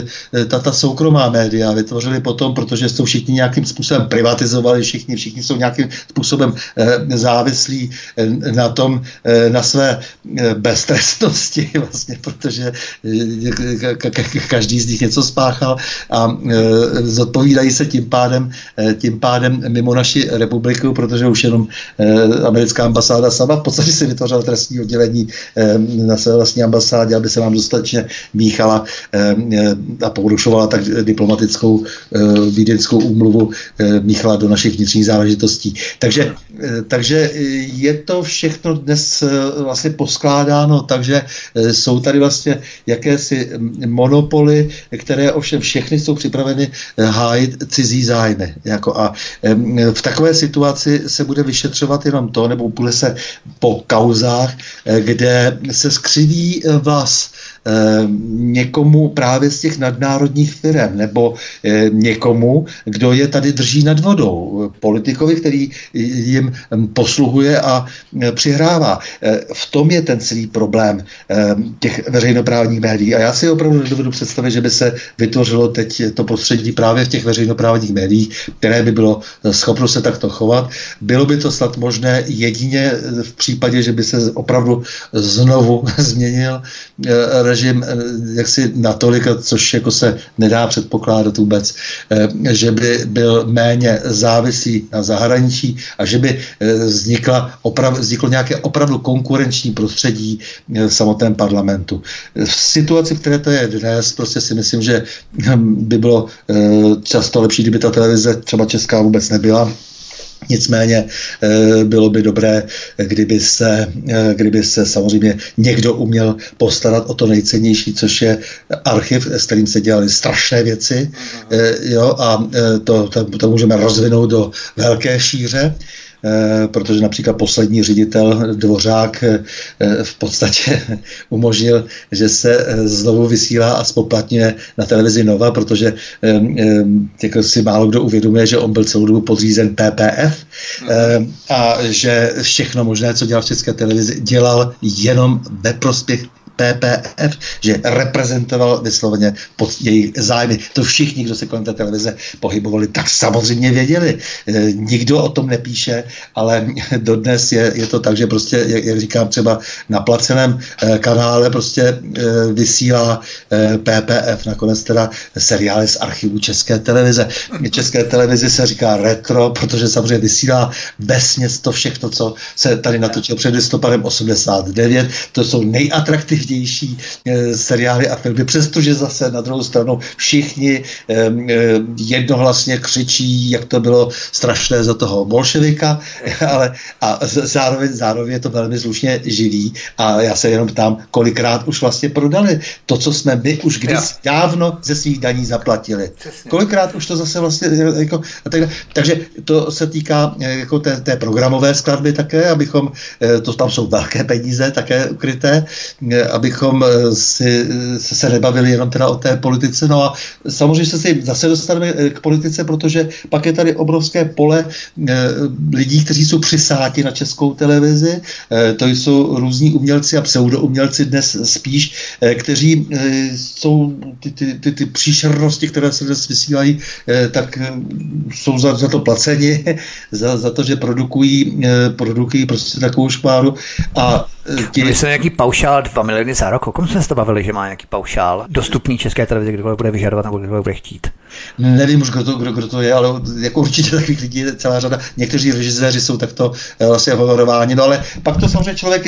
ta soukromá média, vytvořili potom, protože jsou všichni nějakým způsobem privatizovali, všichni jsou nějakým způsobem závislí na tom, na své beztrestnosti vlastně, protože každý z nich něco spáchal a zodpovídají se tím pádem mimo naši republiku, protože už jenom americká ambasáda sama v podstatě si vytvořila trestní oddělení na své vlastní ambasádě, aby se nám dostatečně míchala a porušovala tak diplomatickou vídeňskou úmluvu, míchala do našich vnitřních záležitostí. Takže je to všechno dnes vlastně poskládáno, takže jsou tady vlastně jakési monopoly, které ovšem všechny jsou připraveny hájit cizí zájmy. A v takové situaci se bude vyšetřovat jenom to, nebo bude se po kauzách, kde se skřiví vlas někomu právě z těch nadnárodních firem nebo někomu, kdo je tady drží nad vodou. Politikovi, který jim posluhuje a přihrává. V tom je ten celý problém těch veřejnoprávních médií. A já si opravdu nedovedu představit, že by se vytvořilo teď to prostředí právě v těch veřejnoprávních médiích, které by bylo schopno se takto chovat. Bylo by to snad možné jedině v případě, že by se opravdu znovu změnil režim jaksi natolik, což jako se nedá předpokládat vůbec, že by byl méně závislý na zahraničí a že by vzniklo nějaké opravdu konkurenční prostředí v samotném parlamentu. V situaci, v které to je dnes, prostě si myslím, že by bylo často lepší, kdyby ta televize třeba česká vůbec nebyla. Nicméně bylo by dobré, kdyby se samozřejmě někdo uměl postarat o to nejcennější, což je archiv, s kterým se dělaly strašné věci, a to můžeme rozvinout do velké šíře. Protože například poslední ředitel Dvořák v podstatě umožnil, že se znovu vysílá a zpoplatňuje na televizi Nova, protože jako si málo kdo uvědomuje, že on byl celou dobu podřízen PPF a že všechno možné, co dělal v České televizi, dělal jenom ve prospěch PPF, že reprezentoval vysloveně pod jejich zájmy. To všichni, kdo se kolem té televize pohybovali, tak samozřejmě věděli. Nikdo o tom nepíše, ale dodnes je to tak, že prostě, jak říkám, třeba na placeném kanále prostě vysílá PPF, nakonec teda seriály z archivu České televize. České televizi se říká retro, protože samozřejmě vysílá vesměs to všechno, co se tady natočilo před listopadem 89. To jsou nejatraktivnější nejdůležitější seriály a filmy, přestože zase na druhou stranu všichni jednohlasně křičí, jak to bylo strašné za toho bolševika, ale a zároveň je to velmi slušně živý a já se jenom ptám, kolikrát už vlastně prodali to, co jsme my už kdysi dávno ze svých daní zaplatili. Přesně. Kolikrát už to zase vlastně jako, takže to se týká jako té programové skladby také, abychom, to tam jsou velké peníze také ukryté, abychom se nebavili jenom teda o té politice. No a samozřejmě se si zase dostaneme k politice, protože pak je tady obrovské pole lidí, kteří jsou přisáti na Českou televizi. To jsou různí umělci a pseudoumělci dnes spíš, kteří jsou ty příšernosti, které se dnes vysílají, tak jsou za to placeni, za to, že produkují prostě takovou škváru. A Měli jsme nějaký paušál 2 miliony za rok. O kom jsme se to bavili, že má nějaký paušál dostupný České televizi, kdokoliv bude vyžadovat nebo kdokoliv bude chtít? Nevím už, kdo to je, ale jako určitě takových lidí je celá řada. Někteří režiséři jsou takto vlastně honorováni, no ale pak to samozřejmě člověk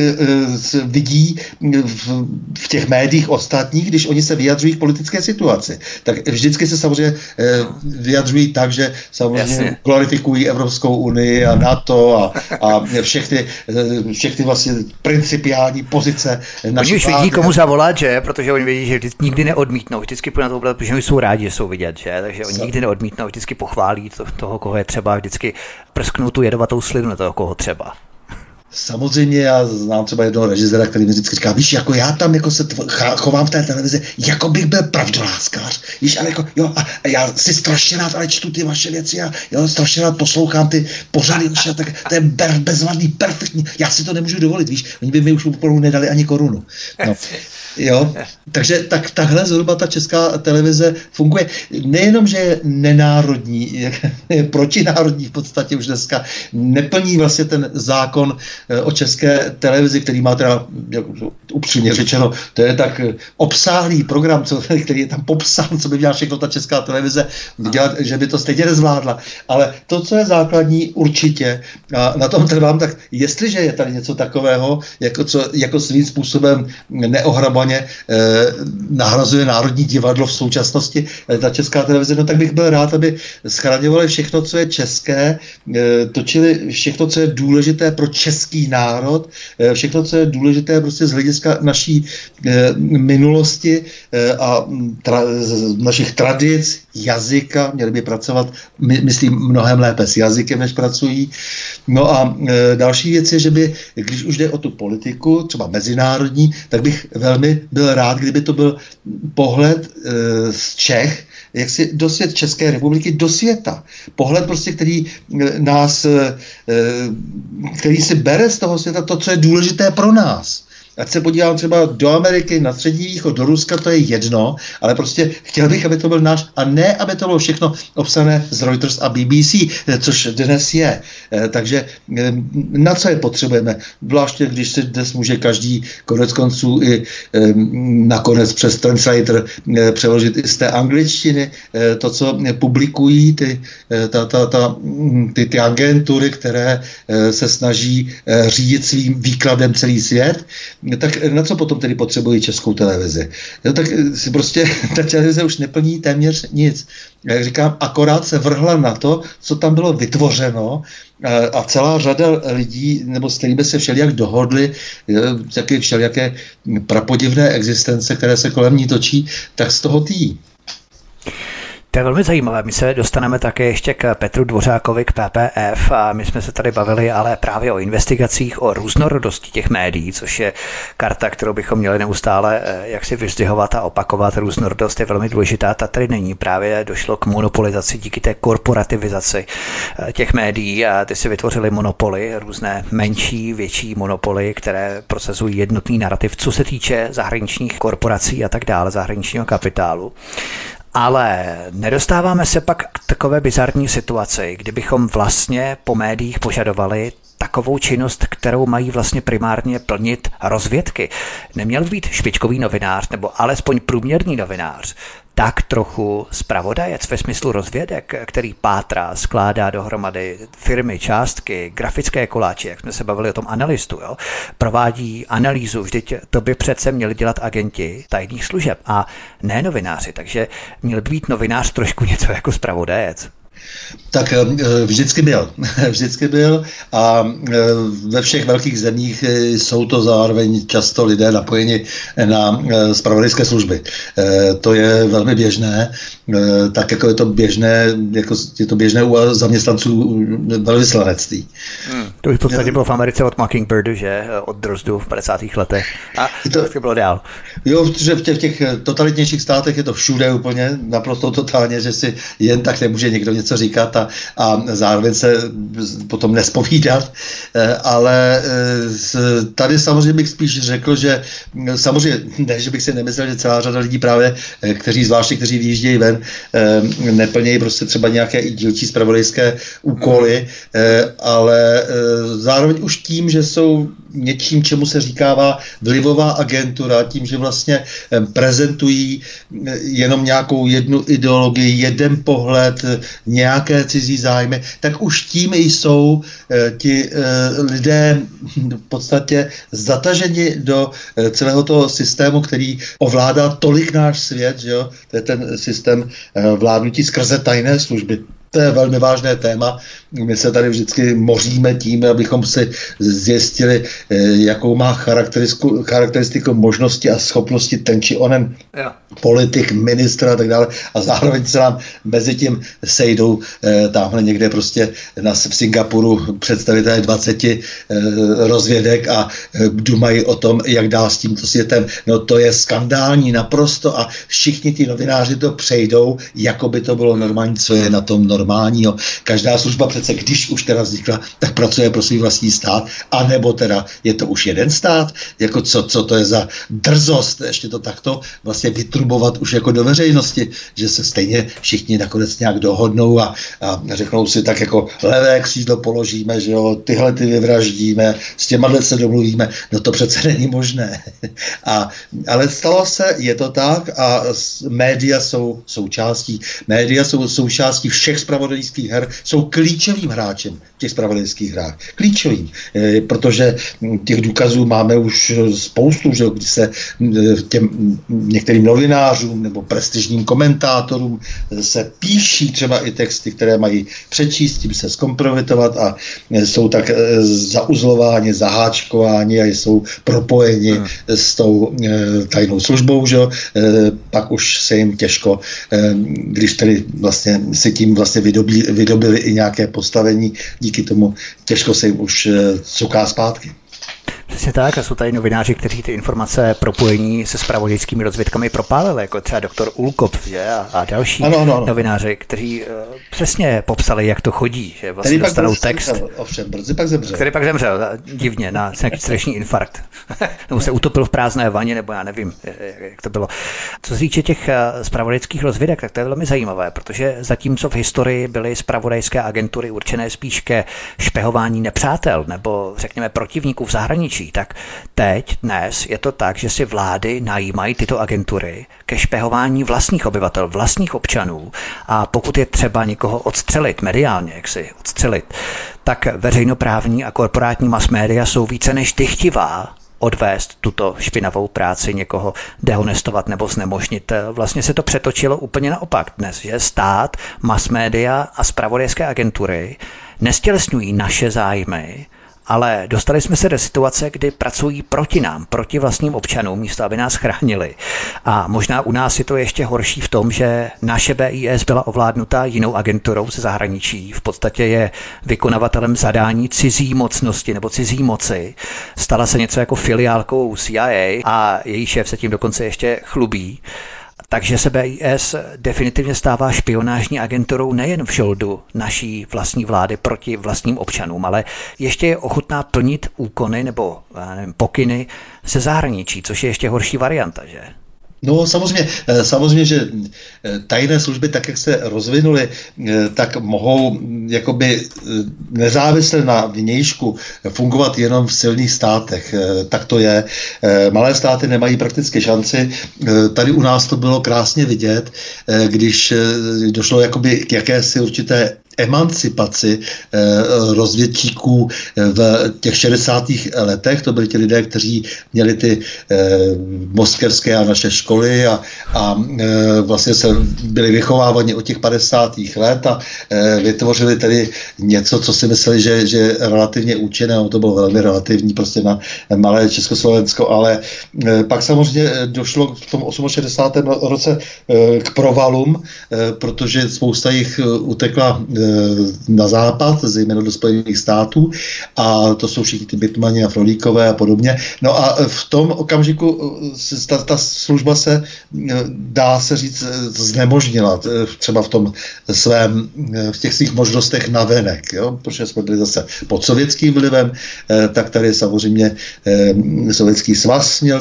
vidí v těch médiích ostatních, když oni se vyjadřují k politické situaci. Tak vždycky se samozřejmě vyjadřují tak, že samozřejmě glorifikují Evropskou unii a NATO a všechny vlastně principiální pozice naší Oni už vidí, komu zavolat, že? Protože oni vědí, že nikdy neodmítnou. Vždycky půjde na to, protože oni jsou rádi, že jsou vidět, že? Takže oni nikdy neodmítnou, vždycky pochválí toho, koho je třeba, vždycky prsknou tu jedovatou slinu na toho, koho třeba. Samozřejmě já znám třeba jednoho režiséra, který mi vždycky říká, víš, jako já tam jako se chovám v té televizi, jako bych byl pravdoláskář, víš, ale jako, jo, a já si strašně rád, ale čtu ty vaše věci a jo, strašně rád poslouchám ty pořady, tak to je bezvadný, perfektní, já si to nemůžu dovolit, víš, oni by mi už úplnou nedali ani korunu. No. Jo, takže takhle zhruba ta Česká televize funguje. Nejenom, že je nenárodní, je protinárodní v podstatě už dneska, neplní vlastně ten zákon o České televizi, který má teda, upřímně řečeno, to je tak obsáhlý program, který je tam popsán, co by měla všechno ta Česká televize dělat, že by to stejně nezvládla. Ale to, co je základní, určitě, a na tom trvám, tak jestliže je tady něco takového, jako svým způsobem neohrabaně nahrazuje Národní divadlo v současnosti, ta Česká televize, no tak bych byl rád, aby schraňovali všechno, co je české, točili všechno, co je důležité pro český národ, všechno, co je důležité prostě z hlediska naší minulosti a našich tradic, jazyka, měli by pracovat, myslím, mnohem lépe s jazykem, než pracují. No a další věc je, že by, když už jde o tu politiku, třeba mezinárodní, tak bych velmi byl rád, kdyby to byl pohled z Čech, jak si do České republiky, do světa. Pohled prostě, který si bere z toho světa to, co je důležité pro nás. Ať se podívám třeba do Ameriky, na Střední východ, do Ruska, to je jedno, ale prostě chtěl bych, aby to byl náš, a ne, aby to bylo všechno obsané z Reuters a BBC, což dnes je. Takže na co je potřebujeme? Zvláště, když si dnes může každý konec konců i nakonec přes translator přeložit i z té angličtiny to, co publikují ty agentury, které se snaží řídit svým výkladem celý svět. Tak na co potom tedy potřebují Českou televizi? No, tak si prostě ta televize už neplní téměř nic. Jak říkám, akorát se vrhla na to, co tam bylo vytvořeno a celá řada lidí, nebo s kterými se všelijak dohodli, taky všelijaké prapodivné existence, které se kolem ní točí, tak z toho tý. To je velmi zajímavé. My se dostaneme také ještě k Petru Dvořákovi, k PPF a my jsme se tady bavili ale právě o investigacích, o různorodosti těch médií, což je karta, kterou bychom měli neustále jaksi vyzdvihovat a opakovat. Různorodost je velmi důležitá, ta tady není. Právě došlo k monopolizaci díky té korporativizaci těch médií a ty si vytvořili monopoly, různé menší, větší monopoly, které prosazují jednotný narrativ, co se týče zahraničních korporací a tak dále, zahraničního kapitálu. Ale nedostáváme se pak k takové bizarní situaci, kdybychom vlastně po médiích požadovali takovou činnost, kterou mají vlastně primárně plnit rozvědky. Neměl být špičkový novinář nebo alespoň průměrný novinář tak trochu zpravodajec ve smyslu rozvědek, který pátrá, skládá dohromady firmy, částky, grafické koláče, jak jsme se bavili o tom analistu, jo? Provádí analýzu, vždyť to by přece měli dělat agenti tajných služeb a ne novináři, takže měl by být novinář trošku něco jako zpravodajec. Tak vždycky byl a ve všech velkých zemích jsou to zároveň často lidé napojeni na zpravodajské služby. To je velmi běžné, tak jako je to běžné u zaměstnanců velvyslanectví. To už v podstatě bylo v Americe od Mockingbirdu, že? Od Drozdu v 50. letech. A to bylo dál. Jo, protože v těch totalitnějších státech je to všude úplně naprosto totálně, že si jen tak nemůže někdo něco říkat a zároveň se potom nespovídat, ale tady samozřejmě bych spíš řekl, že samozřejmě ne, že bych si nemyslel, že celá řada lidí právě, kteří vyjíždějí ven, neplnějí prostě třeba nějaké i dílčí zpravodajské úkoly, ale zároveň už tím, že jsou něčím, čemu se říkává vlivová agentura, tím, že vlastně prezentují jenom nějakou jednu ideologii, jeden pohled, nějaké cizí zájmy, tak už tím jsou ti lidé v podstatě zataženi do celého toho systému, který ovládá tolik náš svět, že jo? To je ten systém vládnutí skrze tajné služby. To je velmi vážné téma. My se tady vždycky moříme tím, abychom si zjistili, jakou má charakteristiku možnosti a schopnosti ten či onen politik, ministr a tak dále. A zároveň se nám mezi tím sejdou tamhle někde prostě v Singapuru představitelé 20 rozvědek a dumají o tom, jak dál s tímto světem. No to je skandální naprosto a všichni ti novináři to přejdou, jako by to bylo normální, co je na tom normálního. Každá služba přece, když už teda vznikla, tak pracuje pro svůj vlastní stát, anebo teda je to už jeden stát, jako co to je za drzost, ještě to takto vlastně vytrubovat už jako do veřejnosti, že se stejně všichni nakonec nějak dohodnou a řeknou si tak jako levé křídlo položíme, že jo, tyhle ty vyvraždíme, s těma se domluvíme, no to přece není možné. Ale stalo se, je to tak a média jsou součástí. Média jsou součástí všech zpravodajských her, jsou klíčovým hráčem v těch zpravodajských hrách. Klíčovým, protože těch důkazů máme už spoustu, že když se těm některým novinářům nebo prestižním komentátorům se píší třeba i texty, které mají přečíst, tím se zkompromitovat a jsou tak zauzlováni, zaháčkováni a jsou propojeni s tou tajnou službou, že? Pak už se jim těžko, když tedy vlastně si tím vlastně vydobili i nějaké postavení, díky tomu těžko se jim už cuká zpátky. Přesně tak, a jsou tady novináři, kteří ty informace propojení se zpravodajskými rozvědkami propálili, jako třeba doktor Ulkop, že? A další novináři, kteří přesně popsali, jak to chodí, že vlastně dostanou text. Ovšem, brzy pak zemřel. Který pak zemřel, divně, na nějaký srdeční infarkt. Nebo se utopil v prázdné vaně, nebo já nevím, jak to bylo. Co se týče těch zpravodajských rozvědek, tak to je velmi zajímavé, protože zatímco v historii byly zpravodajské agentury určené spíš ke špehování nepřátel, nebo řekněme protivníků v zahraničí, tak teď, dnes je to tak, že si vlády najímají tyto agentury ke špehování vlastních obyvatel, vlastních občanů a pokud je třeba někoho odstřelit mediálně, jak si odstřelit, tak veřejnoprávní a korporátní mass media jsou více než dychtivá odvést tuto špinavou práci, někoho dehonestovat nebo znemožnit. Vlastně se to přetočilo úplně naopak dnes, že stát, mass media a zpravodajské agentury nestělesňují naše zájmy, ale dostali jsme se do situace, kdy pracují proti nám, proti vlastním občanům, místo aby nás chránili. A možná u nás je to ještě horší v tom, že naše BIS byla ovládnutá jinou agenturou ze zahraničí. V podstatě je vykonavatelem zadání cizí mocnosti nebo cizí moci. Stala se něco jako filiálkou CIA a její šéf se tím dokonce ještě chlubí. Takže se BIS definitivně stává špionážní agenturou nejen v žoldu naší vlastní vlády proti vlastním občanům, ale ještě je ochotná plnit úkony nebo pokyny ze zahraničí, což je ještě horší varianta, že? No samozřejmě, že tajné služby, tak jak se rozvinuly, tak mohou jakoby nezávisle na vnějšku fungovat jenom v silných státech. Tak to je. Malé státy nemají prakticky šanci. Tady u nás to bylo krásně vidět, když došlo jakoby k jakési určité emancipaci rozvědčíků v těch 60. letech. To byli ti lidé, kteří měli ty moskevské a naše školy a vlastně se byli vychováváni od těch 50. let a vytvořili tedy něco, co si mysleli, že je relativně účinné. To bylo velmi relativní prostě na malé Československo, ale pak samozřejmě došlo v tom 68. roce k provalům, protože spousta jich utekla na západ, zejména do Spojených států, a to jsou všichni ty Bitmani a Frolíkové a podobně. No a v tom okamžiku ta služba se, dá se říct, znemožnila, třeba v těch svých možnostech navenek, jo? Protože jsme byli zase pod sovětským vlivem, tak tady samozřejmě Sovětský svaz měl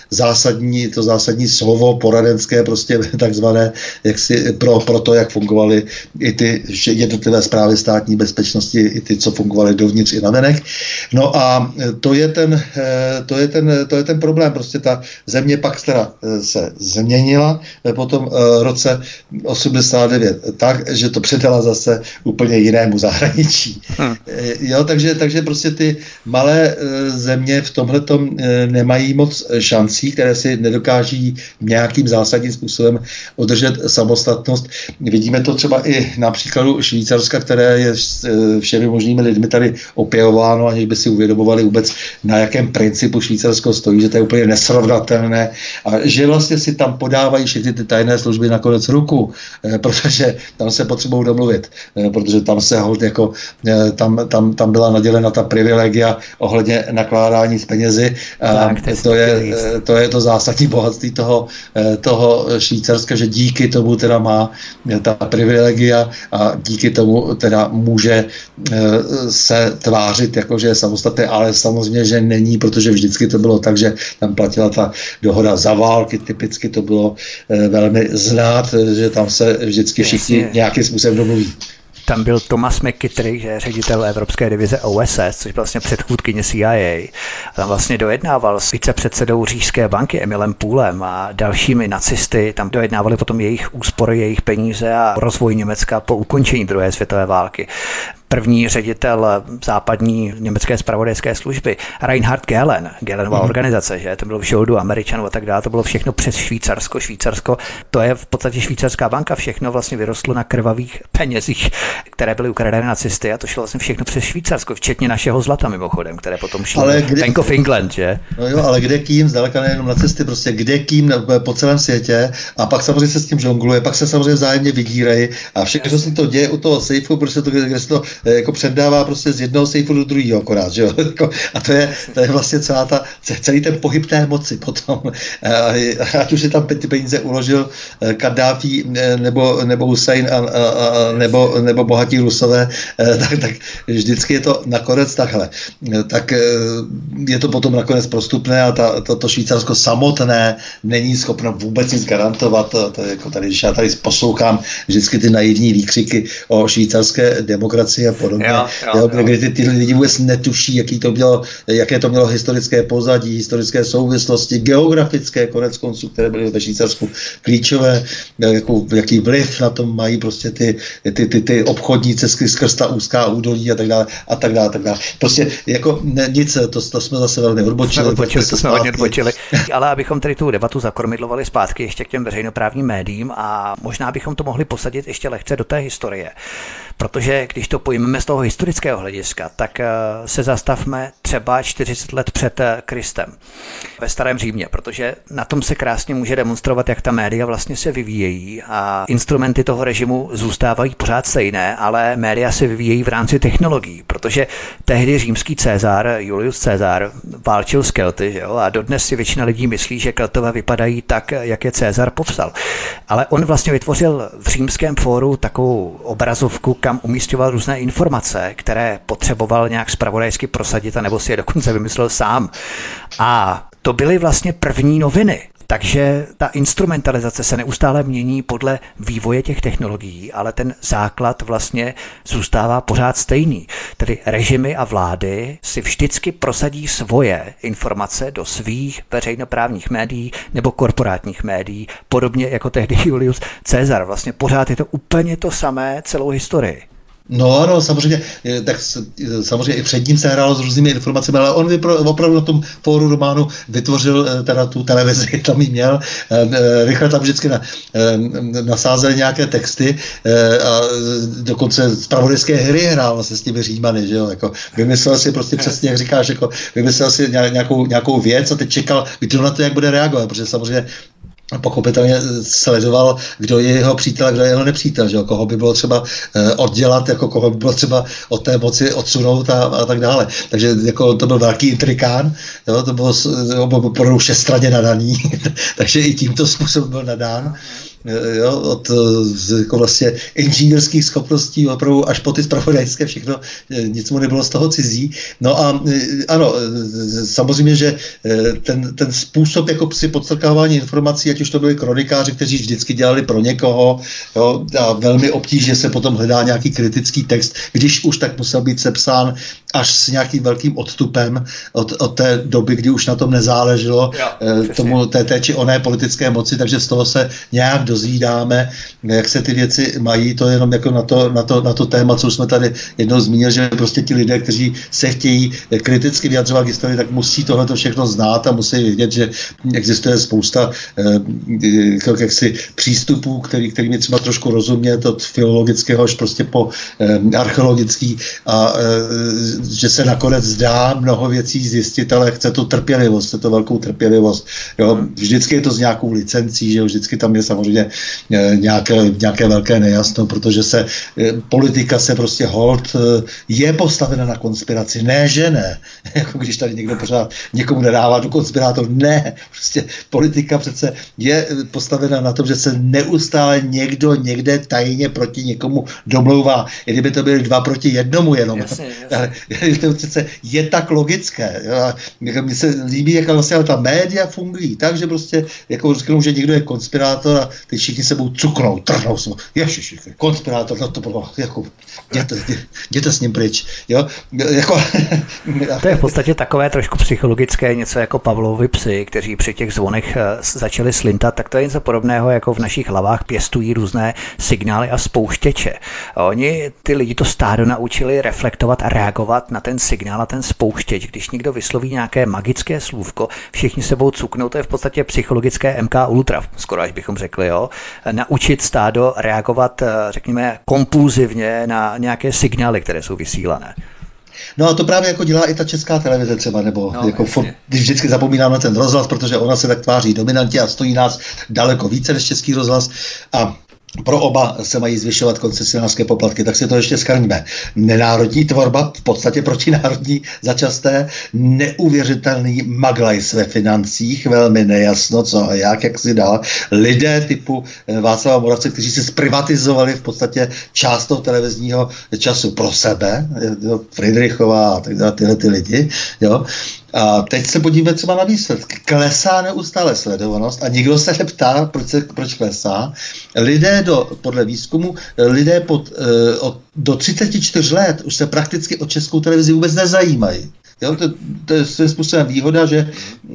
to zásadní slovo poradenské, prostě takzvané, pro to, jak fungovaly i ty jednotlivé zprávy státní bezpečnosti, i ty, co fungovaly dovnitř i navenek. No a to je ten problém. Prostě ta země pak teda se změnila po tom roce 89 tak, že to předala zase úplně jinému zahraničí. Jo, takže prostě ty malé země v tomhletom nemají moc šancí, které si nedokáží nějakým zásadním způsobem udržet samostatnost. Vidíme to třeba i na příkladu Švýcarska, které je všemi možnými lidmi tady opěvováno, aniž by si uvědomovali vůbec, na jakém principu Švýcarsko stojí, že to je úplně nesrovnatelné a že vlastně si tam podávají všechny ty tajné služby nakonec ruku, protože tam se potřebují domluvit, protože tam se hold jako, tam byla nadělena ta privilegia ohledně nakládání s penězi. To je to zásadní bohatství toho Švýcarska, že díky tomu teda má ta privilegia a díky tomu teda může se tvářit jako, že je samostatné, ale samozřejmě, že není, protože vždycky to bylo tak, že tam platila ta dohoda za války, typicky to bylo velmi znát, že tam se vždycky všichni nějakým způsobem domluví. Tam byl Thomas McKittrick, že je ředitel Evropské divize OSS, což vlastně předchůdkyně CIA. Tam vlastně dojednával s vicepředsedou Říšské banky Emilem Poolem a dalšími nacisty. Tam dojednávali potom jejich úspory, jejich peníze a rozvoj Německa po ukončení druhé světové války. První ředitel západní německé zpravodajské služby, Reinhard Gehlenova organizace, že to bylo v žoldu Američanů a tak dále, to bylo všechno přes Švýcarsko. Švýcarsko, to je v podstatě švýcarská banka, všechno vlastně vyrostlo na krvavých penězích, které byly ukradeny nacisty a to šlo vlastně všechno přes Švýcarsko, včetně našeho zlata mimochodem, které potom šlo Bank of England, že? No jo, ale kde kým, zdaleka nejenom nacisty, prostě kde kým po celém světě a pak samozřejmě se s tím žongluje, pak se samozřejmě vzájemně vydírají a všechno se to děje u toho sejfu, protože kde se to jako předává prostě z jednoho sejfu do druhého akorát, že jo? A to je vlastně celý ten pohyb té moci potom. Ať už si tam ty peníze uložil Kaddáfí nebo Hussein nebo bohatí Rusové, tak vždycky je to nakonec takhle. Tak je to potom nakonec prostupné a to Švýcarsko samotné není schopno vůbec nic garantovat. To je jako tady, když já tady poslouchám vždycky ty naivní výkřiky o švýcarské demokracii a podobně, kdy ty lidi vůbec netuší, jaké to mělo historické pozadí, historické souvislosti, geografické konec konců, které byly ve Švýcarsku klíčové, jaký vliv na tom mají prostě ty obchodní cesty skrz ta úzká údolí a tak dále. Prostě jako nic, to jsme zase velmi odbočili. To jsme hodně odbočili. Ale abychom tady tu debatu zakormidlovali zpátky ještě k těm veřejnoprávním médiím a možná bychom to mohli posadit ještě lehce do té historie. Protože když to pojmeme z toho historického hlediska, tak se zastavme třeba 40 let před Kristem ve Starém Římě, protože na tom se krásně může demonstrovat, jak ta média vlastně se vyvíjejí a instrumenty toho režimu zůstávají pořád stejné, ale média se vyvíjejí v rámci technologií, protože tehdy římský Cezar, Julius Cezar, válčil s Kelty, že jo? A dodnes si většina lidí myslí, že Keltové vypadají tak, jak je Cezar popsal. Ale on vlastně vytvořil v římském fóru takovou obrazovku, kam umísťoval různé informace, které potřeboval nějak zpravodajsky prosadit, anebo si je dokonce vymyslel sám. A to byly vlastně první noviny. Takže ta instrumentalizace se neustále mění podle vývoje těch technologií, ale ten základ vlastně zůstává pořád stejný. Tedy režimy a vlády si vždycky prosadí svoje informace do svých veřejnoprávních médií nebo korporátních médií, podobně jako tehdy Julius Caesar. Vlastně pořád je to úplně to samé celou historii. No ano, samozřejmě, tak samozřejmě i před ním se hrálo s různými informacemi, ale on opravdu na tom fóru románu vytvořil teda tu televizi, tam ji měl, rychle tam vždycky nasázel nějaké texty a dokonce zpravodajské hry hrál se s těmi Římany, že jo, jako vymyslel si prostě přesně, jak říkáš, jako vymyslel si nějakou věc a teď čekal, kdo na to jak bude reagovat, protože samozřejmě pochopitelně sledoval, kdo je jeho přítel a kdo je jeho nepřítel, že jo? Koho by bylo třeba oddělat, jako koho by bylo třeba od té moci odsunout a tak dále. Takže jako to byl velký intrikán, jo? To bylo opravdu všestranně nadaný, takže i tímto způsobem byl nadán. Jo, od jako vlastně inženýrských schopností opravdu až po ty zpravodajské, všechno, nic mu nebylo z toho cizí. No a ano, samozřejmě, že ten způsob jako si podstrkávání informací, ať už to byli kronikáři, kteří vždycky dělali pro někoho, jo, a velmi obtížně se potom hledá nějaký kritický text, když už tak musel být sepsán až s nějakým velkým odstupem od té doby, kdy už na tom nezáleželo tomu té či oné politické moci, takže z toho se nějak dozvídáme, jak se ty věci mají, to je jenom jako na to téma, co jsme tady jednou zmínili, že prostě ti lidé, kteří se chtějí kriticky vyjadřovat k historii, tak musí tohleto všechno znát a musí vědět, že existuje spousta jaksi přístupů, kterými třeba trošku rozumět od filologického až prostě po archeologický a že se nakonec zdá mnoho věcí zjistit, ale chce to trpělivost, chce to velkou trpělivost. Jo? Vždycky je to s nějakou licencí, že jo? Vždycky tam je samozřejmě nějaké velké nejasno, protože politika se prostě hold je postavena na konspiraci. Ne, že ne. Jako když tady někdo pořád někomu nedává do konspirátor. Ne. Prostě politika přece je postavena na tom, že se neustále někdo někde tajně proti někomu domlouvá. I kdyby to byly 2 proti 1 jenom. Jasně. To přece je tak logické. Mně se líbí, jak vlastně ta média fungují tak, že prostě jako řeknou, že někdo je konspirátor a teď všichni sebou cuknou, trhnou se. Ježiš, konspirátor, no to bylo, jako, jděte s ním pryč. Jo? Jako, to je v podstatě takové trošku psychologické, něco jako Pavlovi psy, kteří při těch zvonech začali slintat, tak to je něco podobného, jako v našich hlavách pěstují různé signály a spouštěče. A oni ty lidi to stádo naučili reflektovat a reagovat na ten signál a ten spouštěč. Když někdo vysloví nějaké magické slůvko, všichni sebou cuknou, to je v podstatě psychologické MK Ultra, skoro až bychom řekli, jo. Naučit stádo reagovat, řekněme, kompulzivně na nějaké signály, které jsou vysílané. No a to právě jako dělá i ta Česká televize třeba, nebo jako když vždycky zapomínám na ten rozhlas, protože ona se tak tváří dominantně a stojí nás daleko více než Český rozhlas a pro oba se mají zvyšovat koncesionářské poplatky, tak si to ještě shrňme. Nenárodní tvorba, v podstatě protinárodní začasté, neuvěřitelný maglajs ve financích, velmi nejasno, co a jak si dál. Lidé typu Václava Moravce, kteří si zprivatizovali v podstatě část toho televizního času pro sebe, Friedrichová a tak dále, tyhle ty lidi, jo. A teď se podívejme třeba na výsledky. Klesá neustále sledovanost a nikdo se neptá, proč klesá. Lidé podle výzkumu, lidé do 34 let už se prakticky o Českou televizi vůbec nezajímají. Jo, to je svým způsobem výhoda, že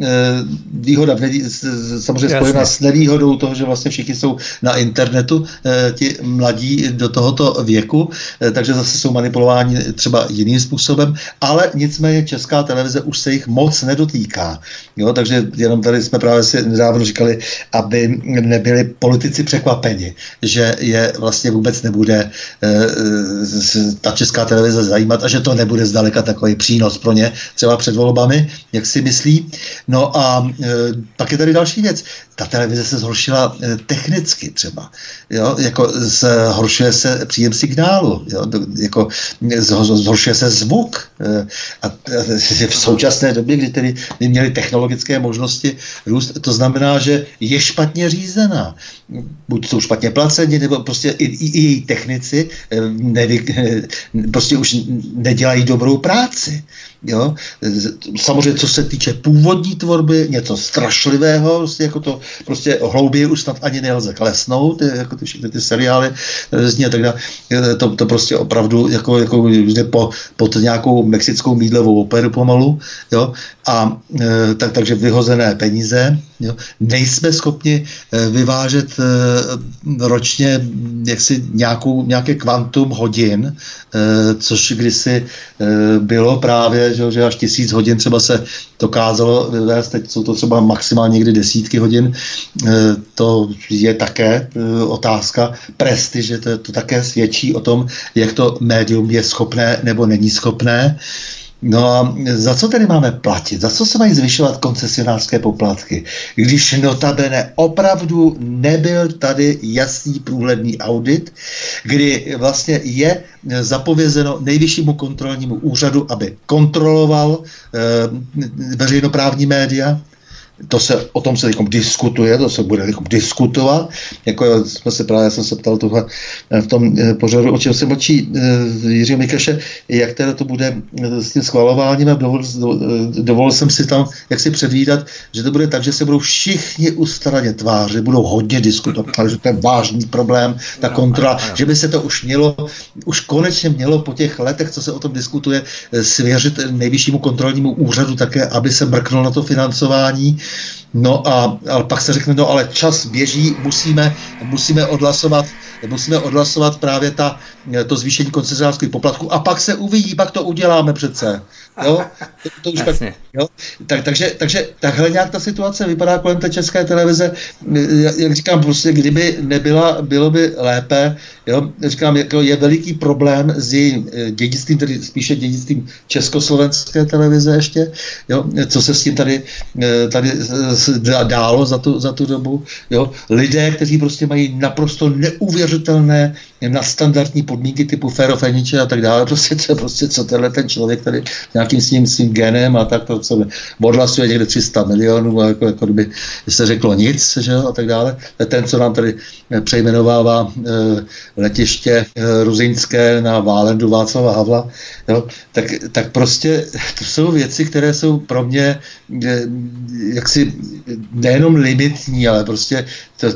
výhoda samozřejmě spojená s nevýhodou toho, že vlastně všichni jsou na internetu, ti mladí do tohoto věku, takže zase jsou manipulováni třeba jiným způsobem, ale nicméně Česká televize už se jich moc nedotýká. Jo, takže jenom tady jsme právě si nedávno říkali, aby nebyli politici překvapeni, že je vlastně vůbec nebude ta Česká televize zajímat a že to nebude zdaleka takový přínos pro ně, třeba před volbami, jak si myslí. No a pak je tady další věc. Ta televize se zhoršila technicky třeba. Jo? Jako zhoršuje se příjem signálu. Jo? Jako zhoršuje se zvuk. A v současné době, kdy tedy měli technologické možnosti růst, to znamená, že je špatně řízená. Buď jsou špatně placeni, nebo prostě i její technici prostě už nedělají dobrou práci. Jo? Samozřejmě, co se týče původní tvorby, něco strašlivého, prostě jako to prostě hlouběji už snad ani nelze klesnout, jako ty všechny ty seriály a tak dále. To prostě opravdu jako jde pod nějakou mexickou mýdlovou operu pomalu, jo? A takže vyhozené peníze, jo? Nejsme schopni vyvážet ročně jaksi nějaké kvantum hodin, což kdysi bylo právě, že až 1000 hodin třeba se dokázalo vyvést, teď jsou to třeba maximálně někdy desítky hodin, to je také otázka prestiže, to také svědčí o tom, jak to médium je schopné nebo není schopné. No a za co tedy máme platit? Za co se mají zvyšovat koncesionářské poplatky? Když notabene opravdu nebyl tady jasný průhledný audit, kdy vlastně je zapovězeno nejvyššímu kontrolnímu úřadu, aby kontroloval veřejnoprávní média. O tom se diskutuje, to se bude diskutovat. Jako já jsem se ptal tohle v tom pořadu, o čem se mlčí Jiřího Mikeše, jak teda to bude s tím schvalováním, a dovolil jsem si tam jak si předvídat, že to bude tak, že se budou všichni ustaraně tvářit, budou hodně diskutovat, že to je vážný problém, ta kontrola, že by se to už konečně mělo po těch letech, co se o tom diskutuje, svěřit nejvyššímu kontrolnímu úřadu také, aby se mrknul na to financování. No ale pak se řekne, no ale čas běží, musíme odhlasovat právě to zvýšení koncesionářských poplatků a pak se uvidí, pak to uděláme přece. Jo? To už pak, jo? Takže takhle nějak ta situace vypadá kolem té České televize. Jak říkám, prostě kdyby nebyla, bylo by lépe. Jo? Říkám, jako je veliký problém s jejím dědictvím, tedy spíše dědictvím československé televize ještě. Jo? Co se s tím tady dálo za tu dobu. Jo? Lidé, kteří prostě mají naprosto neuvěřitelné nadstandardní podmínky typu Féro Feniče a tak dále. Prostě co tenhle ten člověk tady nějakým svým genem a tak to se odhlasuje někde 300 milionů, jako kdyby se řeklo nic, že jo, a tak dále. Ten, co nám tady přejmenovává letiště ruzinské na Válendu Václava Havla, jo, tak prostě to jsou věci, které jsou pro mě jaksi nejenom limitní, ale prostě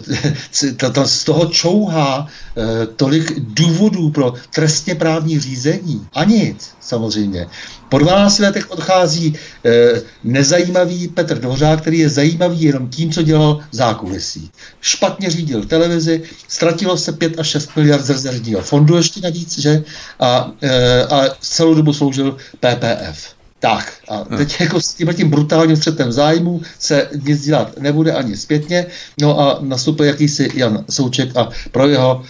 z toho čouhá tolik důvodů pro trestně právní řízení. A nic, samozřejmě. Po 12 letech odchází nezajímavý Petr Dvořák, který je zajímavý jenom tím, co dělal v zákulisí. Špatně řídil televizi, ztratilo se 5 až 6 miliard z rezervního fondu ještě navíc, že? A celou dobu sloužil PPF. Tak a teď jako s tím brutálním střetem zájmu se nic dělat nebude ani zpětně, no a nastupuje jakýsi Jan Souček a pro jeho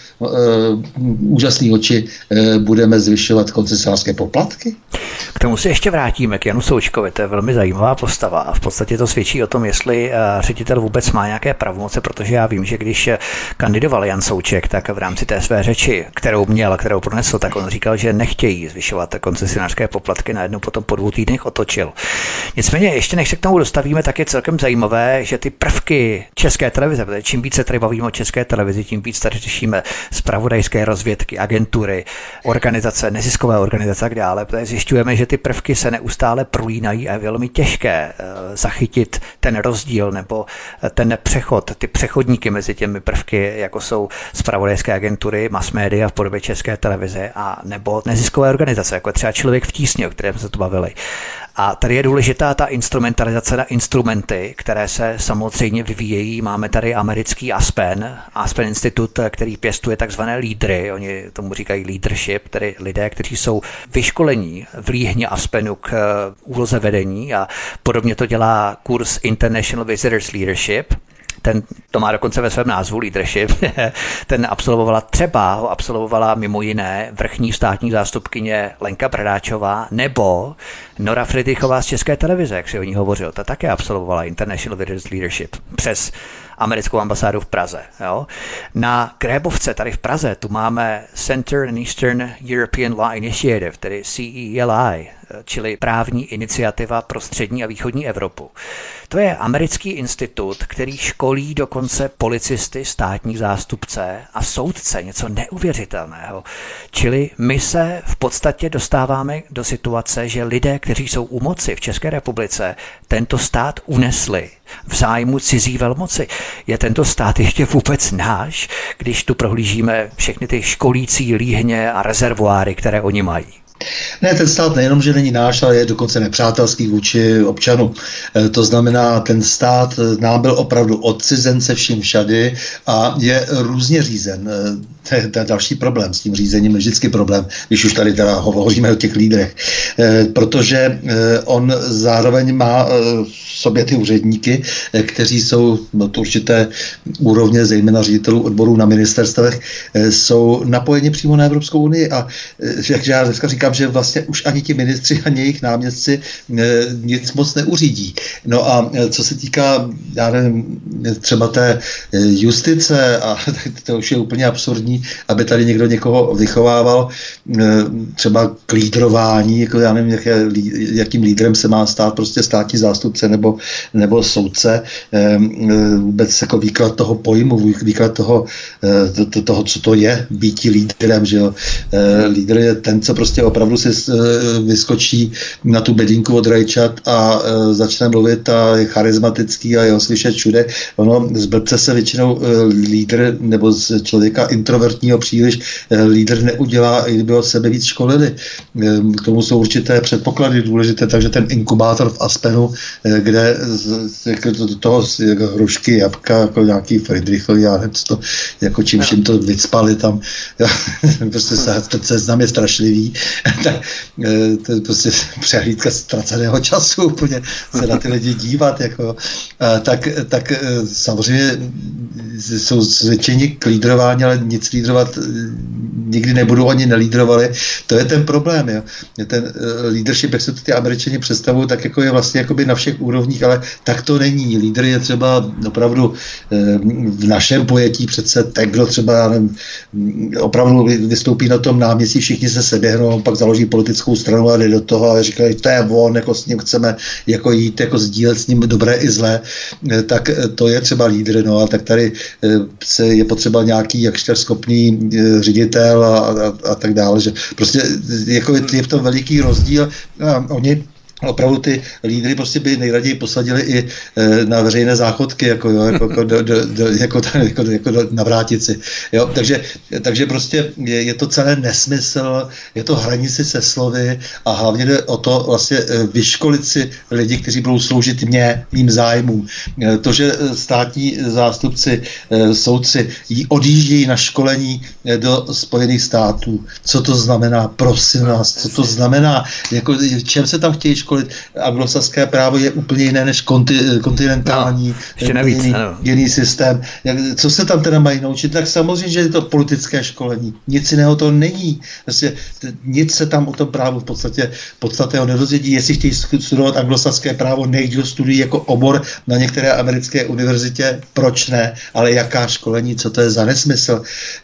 úžasné oči budeme zvyšovat koncesionářské poplatky. K tomu se ještě vrátíme, k Janu Součkovi, to je velmi zajímavá postava a v podstatě to svědčí o tom, jestli ředitel vůbec má nějaké pravomoce, protože já vím, že když kandidoval Jan Souček, tak v rámci té své řeči, kterou pronesl, tak on říkal, že nechtějí zvyšovat koncesionářské poplatky, najednou potom po 2 týdnech otočil. Nicméně ještě než se k tomu dostavíme, tak je celkem zajímavé, že ty prvky České televize, protože čím více tady bavíme o České televizi, tím víc tady řešíme zpravodajské rozvědky, agentury, organizace, neziskové organizace a tak dále, protože zjišťujeme, že ty prvky se neustále prolínají a je velmi těžké zachytit ten rozdíl nebo ten přechod, ty přechodníky mezi těmi prvky, jako jsou zpravodajské agentury, mass media v podobě České televize a nebo neziskové organizace, jako třeba Člověk v tísni, o kterém se tu bavili. A tady je důležitá ta instrumentalizace na instrumenty, které se samozřejmě vyvíjejí. Máme tady americký Aspen institut, který pěstuje takzvané lídry, oni tomu říkají leadership, tedy lidé, kteří jsou vyškolení v líhni Aspenu k úloze vedení a podobně to dělá kurz International Visitors Leadership. To má dokonce ve svém názvu leadership. Ten absolvovala mimo jiné vrchní státní zástupkyně Lenka Bradáčová nebo Nora Fridrichová z České televize, jak si o ní hovořil. Ta také absolvovala International Visitors Leadership přes americkou ambasádu v Praze. Jo? Na Grébovce tady v Praze tu máme Center and Eastern European Law Initiative, tedy CELI, čili právní iniciativa pro střední a východní Evropu. To je americký institut, který školí dokonce policisty, státní zástupce a soudce, něco neuvěřitelného. Čili my se v podstatě dostáváme do situace, že lidé, kteří jsou u moci v České republice, tento stát unesli v zájmu cizí velmoci. Je tento stát ještě vůbec náš, když tu prohlížíme všechny ty školící líhně a rezervoáry, které oni mají? Ne, ten stát nejenom, že není náš, ale je dokonce nepřátelský vůči občanům. To znamená, ten stát nám byl opravdu odcizen se vším všady a je různě řízen. To je další problém s tím řízením, je vždycky problém, když už tady teda hovoříme o těch lídrech. Protože on zároveň má v sobě ty úředníky, kteří jsou od určité úrovně, zejména ředitelů odborů na ministerstvech, jsou napojeni přímo na Evropskou unii a jak já dneska říkám, že vlastně už ani ti ministři, ani jejich náměstci nic moc neuřídí. No a co se týká, já nevím, třeba té justice, a to už je úplně absurdní, aby tady někdo někoho vychovával, třeba k lídrování, jako já nevím, jakým lídrem se má stát prostě státní zástupce nebo soudce, vůbec jako výklad toho pojmu, výklad toho, co to je býti lídrem, že jo. Lídr je ten, co prostě opravdu si vyskočí na tu bedínku od rajčat a začne mluvit a je charismatický a je ho slyšet všude. Ono z blbce se většinou lídr nebo z člověka introvertního příliš lídr neudělá, i kdyby od sebe víc školili. K tomu jsou určité předpoklady důležité, takže ten inkubátor v Aspenu, kde toho jako hrušky, jabka, jako nějaký Friedrichovi, já nevím, to, jako čím to vycpali tam, prostě seznam je strašlivý, tak to je prostě přehlídka ztraceného času, úplně se na ty lidi dívat, jako, tak samozřejmě jsou zvětšení k lídrování, ale nic lídrovat nikdy nebudou, ani nelídrovali. To je ten problém. Jo. Ten leadership, jak se to ty Američani představují, tak jako je vlastně jakoby na všech úrovních, ale tak to není. Lídr je třeba opravdu v našem pojetí přece ten, kdo třeba opravdu vystoupí na tom náměstí, všichni se seběhnou, pak založí politickou stranu a jde do toho a říkají, to je on, jako s ním chceme jako jít, jako sdílet s ním dobré i zlé, tak to je třeba lídr. No a tak tady je potřeba nějaký schopný ředitel a tak dále, že prostě jako je v tom veliký rozdíl a oni opravdu ty lídry prostě by nejraději posadili i na veřejné záchodky, jako na vrátici. Jo? Takže prostě je to celé nesmysl, je to hraní si se slovy a hlavně jde o to vlastně vyškolit si lidi, kteří budou sloužit mým zájmům. To, že státní zástupci, soudci odjíždějí na školení do Spojených států, co to znamená, prosím vás, co to znamená, jako, čem se tam chtějí školit. Anglosaské právo je úplně jiné než kontinentální jiný systém. Co se tam teda mají naučit? Tak samozřejmě, že je to politické školení. Nic jiného to není. Vlastně nic se tam o tom právu v podstatě nedozvědí. Jestli chtějí studovat anglosaské právo, nejde ho studují jako obor na některé americké univerzitě. Proč ne? Ale jaká školení? Co to je za nesmysl?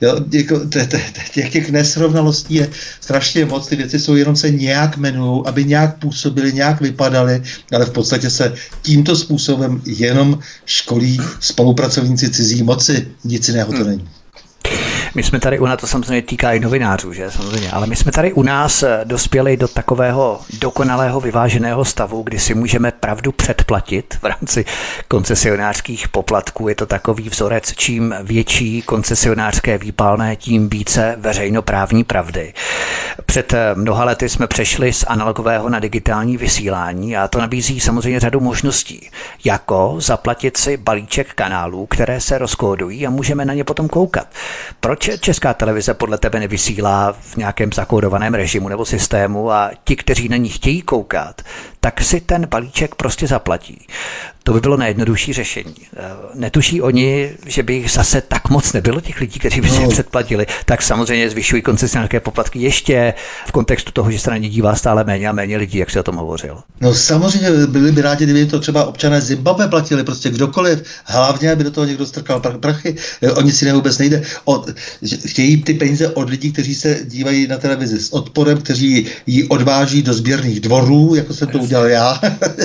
Těch nesrovnalostí je strašně moc. Ty věci jsou jenom se nějak jmenujou, aby nějak působily, nějak vypadaly, ale v podstatě se tímto způsobem jenom školí spolupracovníci cizí moci. Nic jiného to není. My jsme tady u nás, to samozřejmě týká i novinářů, že samozřejmě, ale my jsme tady u nás dospěli do takového dokonalého vyváženého stavu, kdy si můžeme pravdu předplatit v rámci koncesionářských poplatků. Je to takový vzorec, čím větší koncesionářské výpalné, tím více veřejnoprávní pravdy. Před mnoha lety jsme přešli z analogového na digitální vysílání a to nabízí samozřejmě řadu možností, jako zaplatit si balíček kanálů, které se rozkódují a můžeme na ně potom koukat. Proč Česká televize podle tebe nevysílá v nějakém zakódovaném režimu nebo systému a ti, kteří na ní chtějí koukat, tak si ten balíček prostě zaplatí. To by bylo nejjednodušší řešení. Netuší oni, že by jich zase tak moc nebylo těch lidí, kteří by si je předplatili, tak samozřejmě zvyšují koncesionářské poplatky ještě v kontextu toho, že se na ně dívá stále méně a méně lidí, jak se o tom hovořil. No samozřejmě byli by rádi, kdyby to třeba občané Zimbabwe platili, prostě kdokoliv, hlavně aby do toho někdo strkal prachy, oni si vůbec nejde. Chtějí ty peníze od lidí, kteří se dívají na televizi s odporem, kteří ji odváží do sběrných dvorů, jako jsem to udělal já.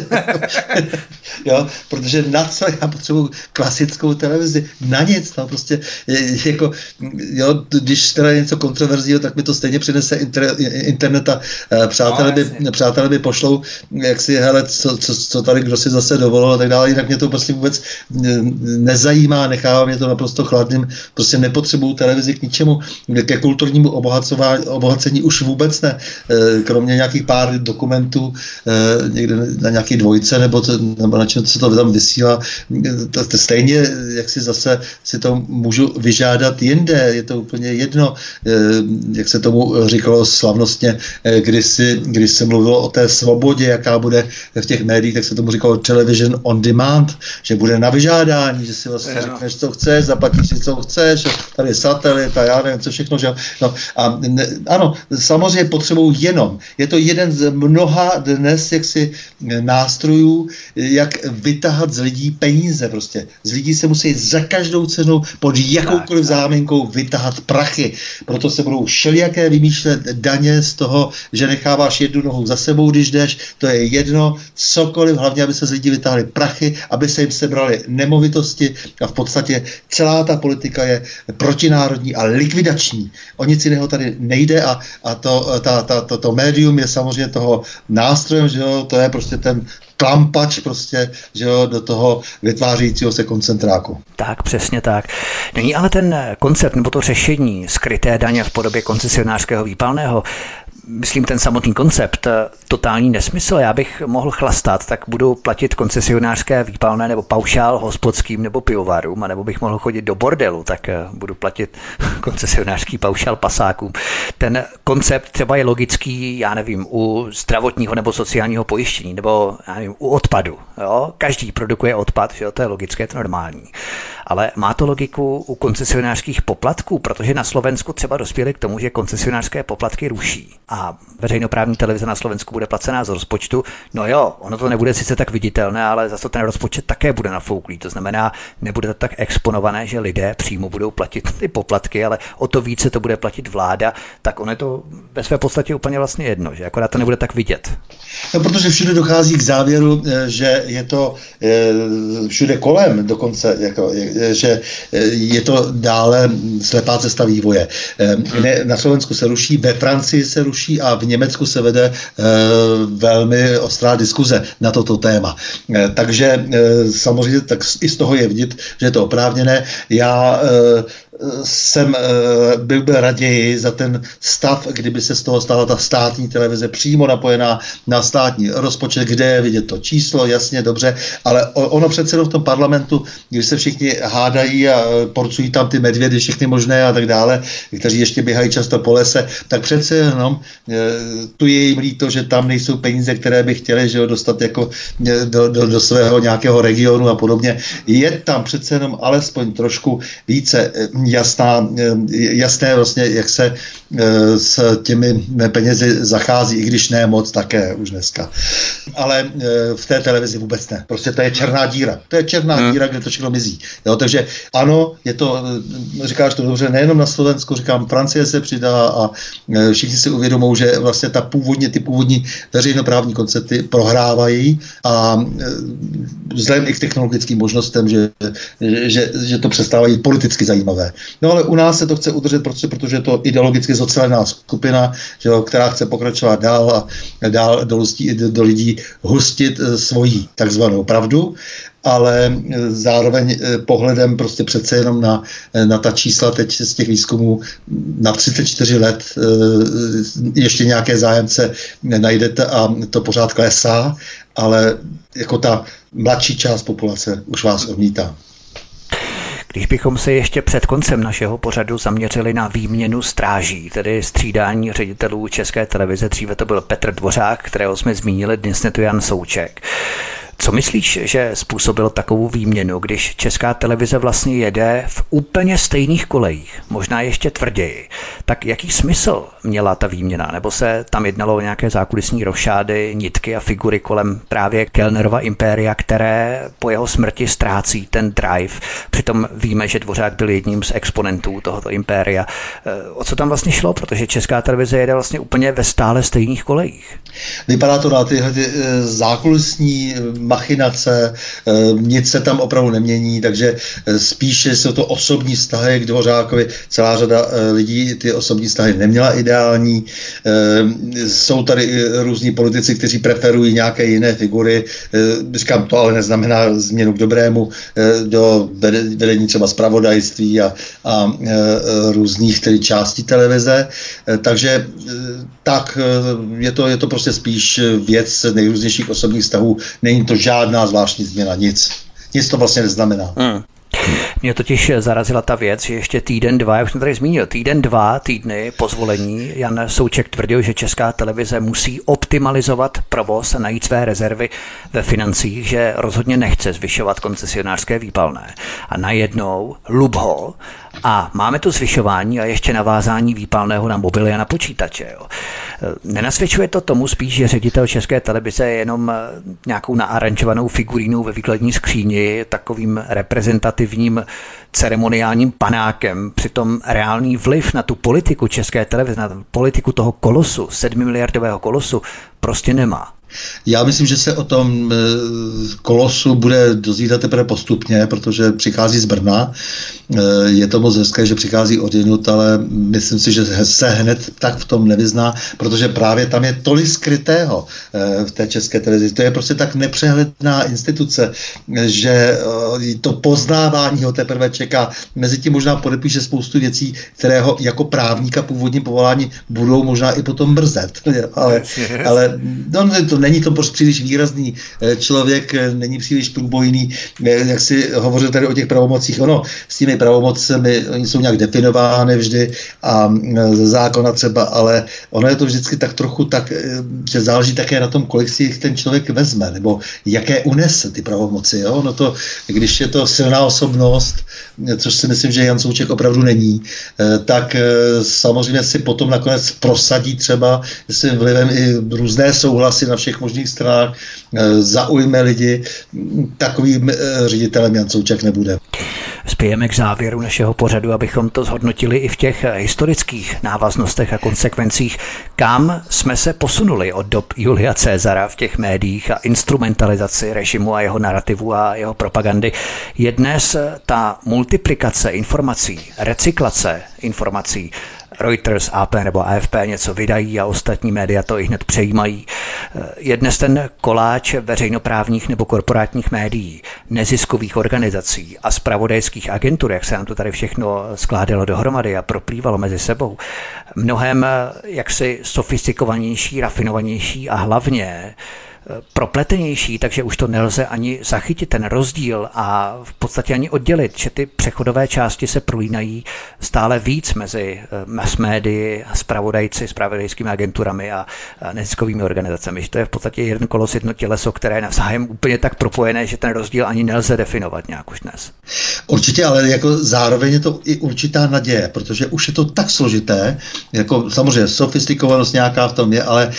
Jo, protože na co já potřebuji klasickou televizi? Na nic, no prostě jako, jo, když teda něco kontroverzího, tak mi to stejně přinese internet a přátelé by pošlou, jak si, hele, co tady kdo si zase dovolil a tak dále, jinak mě to prostě vůbec nezajímá, nechává mě to naprosto chladným, prostě nepotřebuju televizi k ničemu, ke kulturnímu obohacení už vůbec ne, kromě nějakých pár dokumentů někde na nějaký dvojce, nebo na čem se to tam vysílá, to stejně, jak si zase si to můžu vyžádat jinde, je to úplně jedno, jak se tomu říkalo slavnostně, když se mluvilo o té svobodě, jaká bude v těch médiích, tak se tomu říkalo television on demand, že bude na vyžádání, že si vlastně řekneš, co chceš, zaplatíš si, co chceš, tady je satelit a já nevím, co všechno, že no, a ano, samozřejmě potřebují jenom, je to jeden z mnoha dnes jaksi nástrojů, jak vytahat z lidí peníze prostě. Z lidí se musí za každou cenu pod jakoukoliv záminkou vytahat prachy. Proto se budou všelijaké vymýšlet daně z toho, že necháváš jednu nohu za sebou, když jdeš, to je jedno, cokoliv, hlavně, aby se z lidí vytáhly prachy, aby se jim sebrali nemovitosti a v podstatě celá ta politika je protinárodní a likvidační. O nic jiného tady nejde a to médium je samozřejmě toho nástrojem, že jo, to je prostě ten klampač prostě, že jo, do toho vytvářejícího se koncentráku. Tak, přesně tak. Není ale ten koncept nebo to řešení skryté daně v podobě koncesionářského výpalného, myslím ten samotný koncept, totální nesmysl. Já bych mohl chlastat, tak budu platit koncesionářské výpalné nebo paušál hospodským nebo pivovarům, anebo bych mohl chodit do bordelu, tak budu platit koncesionářský paušál pasákům. Ten koncept třeba je logický, já nevím, u zdravotního nebo sociálního pojištění, nebo já nevím, u odpadu. Jo? Každý produkuje odpad, že jo? To je logické, je to normální. Ale má to logiku u koncesionářských poplatků, protože na Slovensku třeba dospěli k tomu, že koncesionářské poplatky ruší a veřejnoprávní televize na Slovensku bude placená z rozpočtu. No jo, ono to nebude sice tak viditelné, ale zase ten rozpočet také bude nafouklý. To znamená, nebude to tak exponované, že lidé přímo budou platit ty poplatky, ale o to více to bude platit vláda, tak ono je to ve své podstatě úplně vlastně jedno, že akorát to nebude tak vidět. No, protože všude dochází k závěru, že je to všude kolem dokonce, jako, že je to dále slepá cesta vývoje. Na Slovensku se ruší, ve Francii se ruší a v Německu se vede velmi ostrá diskuze na toto téma. Takže samozřejmě tak i z toho je vidět, že je to oprávněné. Já jsem byl raději za ten stav, kdyby se z toho stala ta státní televize přímo napojená na státní rozpočet, kde je vidět to číslo, jasně, dobře, ale ono přece v tom parlamentu, když se všichni hádají a porcují tam ty medvědy, všechny možné a tak dále, kteří ještě běhají často po lese, tak přece jenom tu je jim líto, že tam nejsou peníze, které by chtěli, že ho dostat jako do svého nějakého regionu a podobně. Je tam přece jenom alespoň trošku více jasné vlastně, jak se s těmi penězi zachází, i když ne moc také už dneska. Ale v té televizi vůbec ne. Prostě to je černá díra. To je černá díra, kde to všechno mizí. Jo, takže ano, je to, říkáš to dobře, nejenom na Slovensku, říkám, Francie se přidá a všichni si uvědomou, že vlastně ty původní veřejnoprávní koncepty prohrávají a vzhledem i k technologickým možnostem, že to přestávají politicky zajímavé. No ale u nás se to chce udržet, protože je to ideologicky zocelená skupina, že, která chce pokračovat dál a dál do lidí hustit svoji takzvanou pravdu, ale zároveň pohledem prostě přece jenom na ta čísla teď z těch výzkumů na 34 let ještě nějaké zájemce najdete a to pořád klesá, ale jako ta mladší část populace už vás odmítá. Když bychom se ještě před koncem našeho pořadu zaměřili na výměnu stráží, tedy střídání ředitelů České televize, dříve to byl Petr Dvořák, kterého jsme zmínili, dnes je to Jan Souček. Co myslíš, že způsobilo takovou výměnu, když Česká televize vlastně jede v úplně stejných kolejích, možná ještě tvrději? Tak jaký smysl měla ta výměna? Nebo se tam jednalo o nějaké zákulisní rošády, nitky a figury kolem právě Kellnerova impéria, které po jeho smrti ztrácí ten drive? Přitom víme, že Dvořák byl jedním z exponentů tohoto impéria. O co tam vlastně šlo? Protože Česká televize jede vlastně úplně ve stále stejných kolejích. Vypadá to na ty zákulisní machinace, nic se tam opravdu nemění, takže spíše jsou to osobní vztahy k Dvořákovi. Celá řada lidí ty osobní vztahy neměla ideální. Jsou tady různí politici, kteří preferují nějaké jiné figury. Říkám, to ale neznamená změnu k dobrému do vedení třeba zpravodajství a různých tedy částí televize. Takže tak je to prostě spíš věc nejrůznějších osobních vztahů. Není to žádná zvláštní změna, nic. Nic to vlastně neznamená. Mě totiž zarazila ta věc, že ještě týden, dva, jak jsem tady zmínil, týdny po zvolení Jan Souček tvrdil, že Česká televize musí optimalizovat provoz a najít své rezervy ve financích, že rozhodně nechce zvyšovat koncesionářské výpalné. A najednou lubho a máme tu zvyšování a ještě navázání výpalného na mobily a na počítače. Jo. Nenasvědčuje to tomu spíš, že ředitel České televize je jenom nějakou naaranžovanou figurínou ve výkladní skříni, takovým reprezentativním ceremoniálním panákem. Přitom reálný vliv na tu politiku České televize, na politiku toho kolosu, 7miliardového kolosu, prostě nemá. Já myslím, že se o tom kolosu bude dozvídat teprve postupně, protože přichází z Brna. Je to moc hezké, že přichází odjinud, ale myslím si, že se hned tak v tom nevyzná, protože právě tam je tolik skrytého v té České televizi. To je prostě tak nepřehledná instituce, že to poznávání ho teprve čeká. Mezitím možná podepíše spoustu věcí, které ho jako právníka původním povolání budou možná i potom brzet. Ale to není to prostě příliš výrazný člověk, není příliš průbojný, jak si hovořil tady o těch pravomocích. Ono s těmi pravomocemi, oni jsou nějak definovány vždy a ze zákona třeba, ale ono je to vždycky tak trochu tak, že záleží také na tom, kolik si jich ten člověk vezme, nebo jaké unese ty pravomoci. Jo? No to, když je to silná osobnost, což si myslím, že Jan Souček opravdu není, tak samozřejmě si potom nakonec prosadí třeba svým vlivem i různé souhlasy na všech možných stranách, zaujme lidi. Takovým ředitelem Jan Souček nebude. Spějeme k závěru našeho pořadu, abychom to zhodnotili i v těch historických návaznostech a konsekvencích, kam jsme se posunuli od dob Julia Caesara v těch médiích a instrumentalizaci režimu a jeho narrativu a jeho propagandy. Je dnes ta multiplikace informací, recyklace informací, Reuters, AP nebo AFP něco vydají a ostatní média to i hned přejímají. Je dnes ten koláč veřejnoprávních nebo korporátních médií, neziskových organizací a zpravodajských agentur, jak se nám to tady všechno skládalo dohromady a proplývalo mezi sebou, mnohem jaksi sofistikovanější, rafinovanější a hlavně propletenější, takže už to nelze ani zachytit, ten rozdíl a v podstatě ani oddělit, že ty přechodové části se prolínají stále víc mezi mass médii, zpravodajci, zpravodajskými agenturami a neziskovými organizacemi. Že to je v podstatě jeden kolos, jedno těleso, které je navzájem úplně tak propojené, že ten rozdíl ani nelze definovat nějak už dnes. Určitě, ale jako zároveň je to i určitá naděje, protože už je to tak složité, jako samozřejmě sofistikovanost nějaká v tom je, ale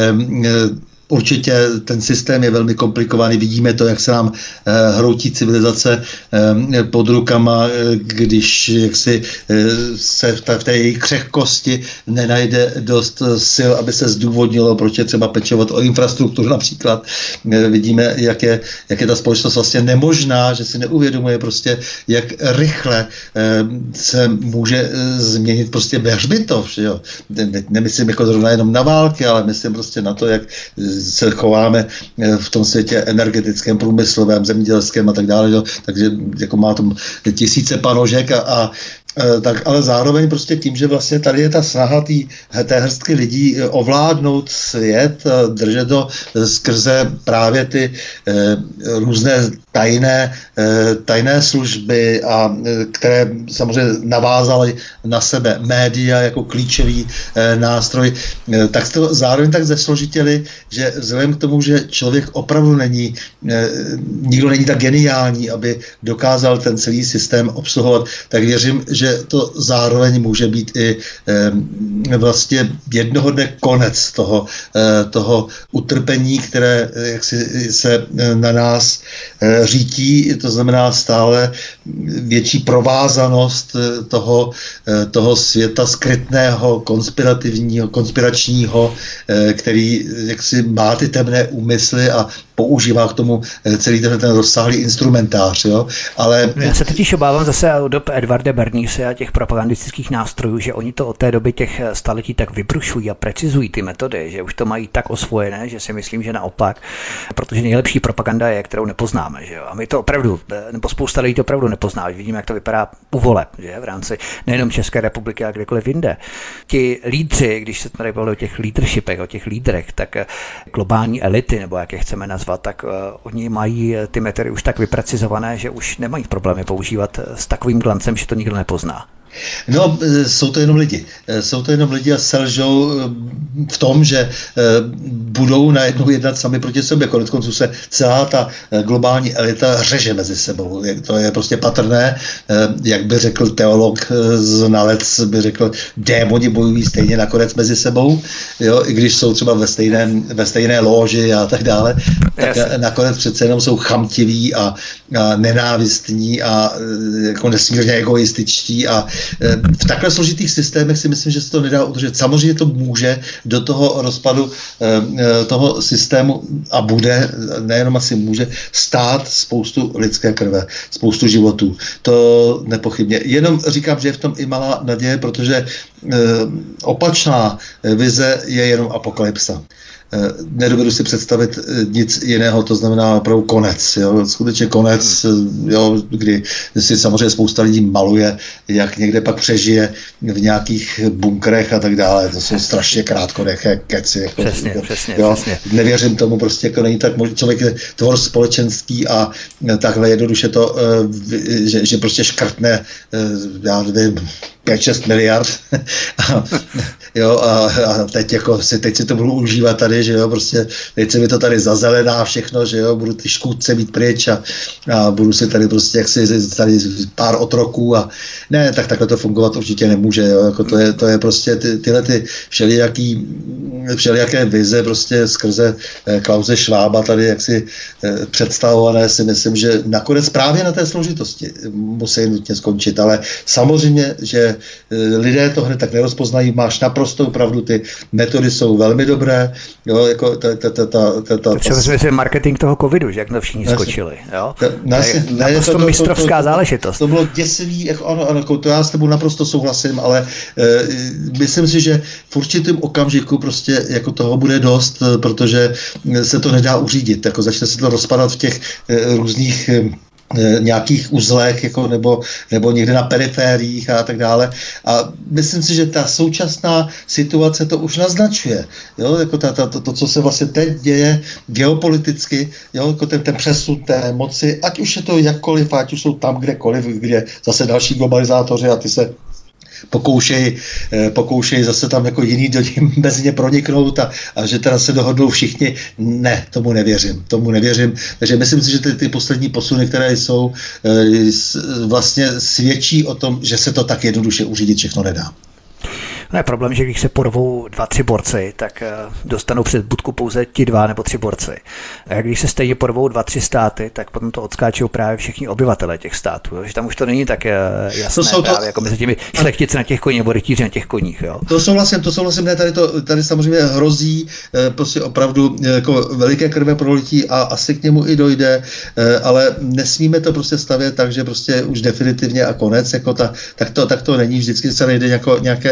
určitě ten systém je velmi komplikovaný. Vidíme to, jak se nám hroutí civilizace pod rukama, když jaksi se v té její křehkosti nenajde dost sil, aby se zdůvodnilo, proč je třeba pečovat o infrastrukturu například. Vidíme, jak je ta společnost vlastně nemožná, že si neuvědomuje prostě, jak rychle se může změnit prostě hřbitov. Nemyslím jako zrovna jenom na války, ale myslím prostě na to, jak se chováme v tom světě energetickém, průmyslovém, zemědělském a tak dále. Takže jako má tam tisíce panožek a Tak ale zároveň prostě tím, že vlastně tady je ta snaha té hrstky lidí ovládnout svět, držet to skrze právě ty různé tajné služby, a které samozřejmě navázaly na sebe média jako klíčový nástroj, tak jste to zároveň tak zesložitili, že vzhledem k tomu, že člověk opravdu nikdo není tak geniální, aby dokázal ten celý systém obsluhovat, tak věřím, že to zároveň může být i vlastně jednoho dne konec toho utrpení, které jaksi se na nás řítí, to znamená stále větší provázanost toho světa skrytného, konspiračního, který jaksi má ty temné úmysly a používá k tomu celý ten rozsáhlý instrumentář. Jo? Ale já se totiž obávám zase od dob Edvarda Bernays a těch propagandistických nástrojů, že oni to od té doby těch staletí tak vybrušují a precizují ty metody, že už to mají tak osvojené, že si myslím, že naopak, protože nejlepší propaganda je, kterou nepoznáme. Že jo? A my to opravdu, nebo spousta lidí to opravdu nepozná. Vidíme, jak to vypadá u voleb, že? V rámci nejenom České republiky, ale kdekoliv jinde. Ti lídři, když se tady bavili o těch leadershipech, o těch lídrech, tak globální elity, nebo jak je chceme nazvat, tak oni mají ty metody už tak vyprecizované, že už nemají problémy používat s takovým glancem, že to nikdo nepozná. No, jsou to jenom lidi. Jsou to jenom lidi a selžou v tom, že budou najednou jednat sami proti sobě. Koneckonců se celá ta globální elita řeže mezi sebou. To je prostě patrné. Jak by řekl teolog, znalec, by řekl, démoni bojují stejně nakonec mezi sebou. Jo? I když jsou třeba ve stejné lóži a tak dále, tak nakonec přece jenom jsou chamtiví a nenávistní a jako nesmírně egoističtí a v takhle složitých systémech si myslím, že se to nedá udržet. Samozřejmě to může do toho rozpadu toho systému a bude, nejenom asi může, stát spoustu lidské krve, spoustu životů. To nepochybně. Jenom říkám, že je v tom i malá naděje, protože opačná vize je jenom apokalypsa. Nedovedu si představit nic jiného, to znamená opravdu konec. Jo? Skutečně konec, jo? Kdy si samozřejmě spousta lidí maluje, jak někde pak přežije v nějakých bunkrech a tak dále. To jsou strašně krátkodeché keci. Jako, přesně. Nevěřím tomu, prostě jako není tak možný. Člověk je tvor společenský a takhle jednoduše to, že prostě škrtne, já nevím, 5-6 miliard a teď si to budu užívat tady, že jo, prostě teď se mi to tady zazelená všechno, že jo, budu ty škůdce mít pryč a budu si tady prostě jaksi tady pár otroků a ne, tak takhle to fungovat určitě nemůže, jo, jako to je prostě tyhle ty všelijaké vize prostě skrze Klause Schwaba tady jaksi představované, si myslím, že nakonec právě na té složitosti musí nutně skončit, ale samozřejmě, že lidé to hned tak nerozpoznají, máš naprostou pravdu, ty metody jsou velmi dobré, jo, jako třeba marketing toho covidu, že jak na všichni skočili, jo? To mistrovská záležitost. To bylo děsivý, jako, ano, to já s tebou naprosto souhlasím, ale myslím si, že v určitém okamžiku prostě jako toho bude dost, protože se to nedá uřídit, jako začne se to rozpadat v těch různých nějakých uzlech jako nebo někde na perifériích a tak dále. A myslím si, že ta současná situace to už naznačuje. Jo? Jako to, co se vlastně teď děje geopoliticky, jo? Jako ten přesun té moci, ať už je to jakkoliv, ať už jsou tam kdekoliv, kde zase další globalizátoři a ty se pokoušejí zase tam jako jiný do ní mezi ně proniknout a že teda se dohodnou všichni. Ne, tomu nevěřím. Takže myslím si, že ty poslední posuny, které jsou, vlastně svědčí o tom, že se to tak jednoduše uřídit všechno nedá. No je problém, že když se porvou 2-3 borci, tak dostanou před budku pouze ti 2 nebo 3 borci. A když se stejně porvou 2-3 státy, tak potom to odskáčou právě všichni obyvatelé těch států. Jo? Že tam už to není tak jasné právě jako mezi těmi šlechtici na těch koních nebo rytíři na těch koních. Jo? To souhlasím, ne, tady samozřejmě hrozí prostě opravdu jako veliké krve prolití a asi k němu i dojde, ale nesmíme to prostě stavět tak, že prostě už definitivně a konec, jako tak to není, vždycky se najde nějaké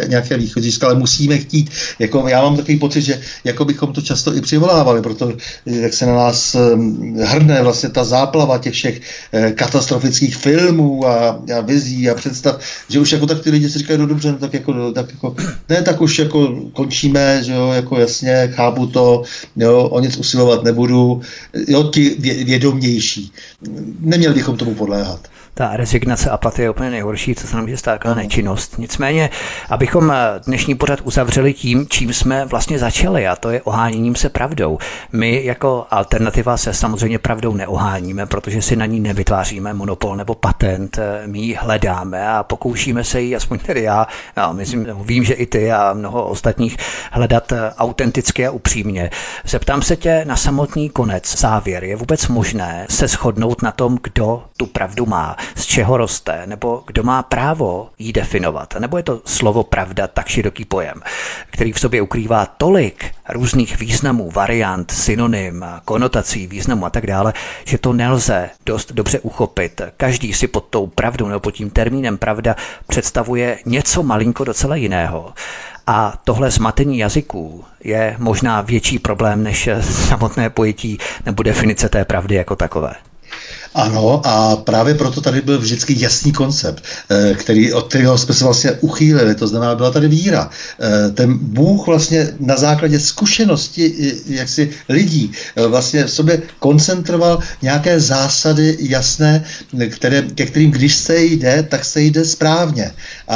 východiska, ale musíme chtít. Jako, já mám takový pocit, že jako bychom to často i přivolávali, proto jak se na nás hrne vlastně ta záplava těch všech katastrofických filmů a vizí a představ, že už jako tak ty lidi si říkají, no dobře, no, tak jako ne, tak už jako končíme, že jo, jako jasně, chápu to, jo, o nic usilovat nebudu, jo, ti vědomější. Neměli bychom tomu podléhat. Ta rezignace, apatie je úplně nejhorší, co se nám může stát, nečinnost. Nicméně, abychom dnešní pořad uzavřeli tím, čím jsme vlastně začali, a to je oháněním se pravdou. My jako alternativa se samozřejmě pravdou neoháníme, protože si na ní nevytváříme monopol nebo patent. My ji hledáme a pokoušíme se ji, aspoň tedy já myslím, vím, že i ty a mnoho ostatních, hledat autenticky a upřímně. Zeptám se tě na samotný konec, závěr. Je vůbec možné se shodnout na tom, kdo tu pravdu má, z čeho roste, nebo kdo má právo ji definovat? Nebo je to slovo pravda tak široký pojem, který v sobě ukrývá tolik různých významů, variant, synonym, konotací, významů a tak dále, že to nelze dost dobře uchopit. Každý si pod tou pravdou nebo pod tím termínem pravda představuje něco malinko docela jiného. A tohle zmatení jazyků je možná větší problém než samotné pojetí nebo definice té pravdy jako takové. Ano, a právě proto tady byl vždycky jasný koncept, od kterého jsme se vlastně uchýlili, to znamená, byla tady víra. Ten Bůh vlastně na základě zkušenosti jaksi lidí vlastně v sobě koncentroval nějaké zásady jasné, ke kterým, když se jde, tak se jde správně.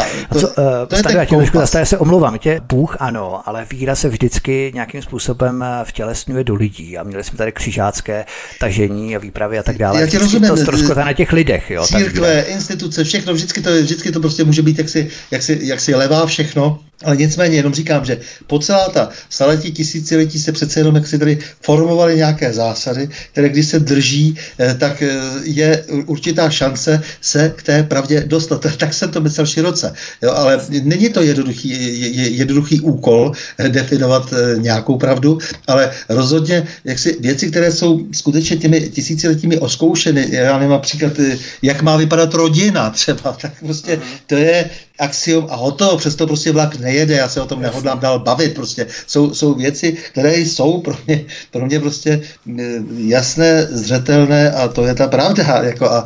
To je ten kompas. Já se omlouvám, Bůh ano, ale víra se vždycky nějakým způsobem vtělesňuje do lidí a měli jsme tady křižácké tažení a výpravy a tak dále. Rozumím, to ztroskotá na těch lidech, jo. Církve, instituce, všechno, vždycky to prostě může být jaksi levá všechno, ale nicméně jenom říkám, že po celá ta staletí, tisíciletí se přece jenom jak si tady formovaly nějaké zásady, které když se drží, tak je určitá šance se k té pravdě dostat. Tak jsem to myslel široce. Jo, ale není to jednoduchý úkol definovat nějakou pravdu, ale rozhodně jaksi věci, které jsou skutečně těmi tisíciletími oskoušeny, já nevím, například, jak má vypadat rodina třeba, tak prostě to je axiom a hotovo, přesto prostě vlak nejede, já se o tom nehodlám dál bavit, prostě jsou věci, které jsou pro mě prostě jasné, zřetelné a to je ta pravda, jako a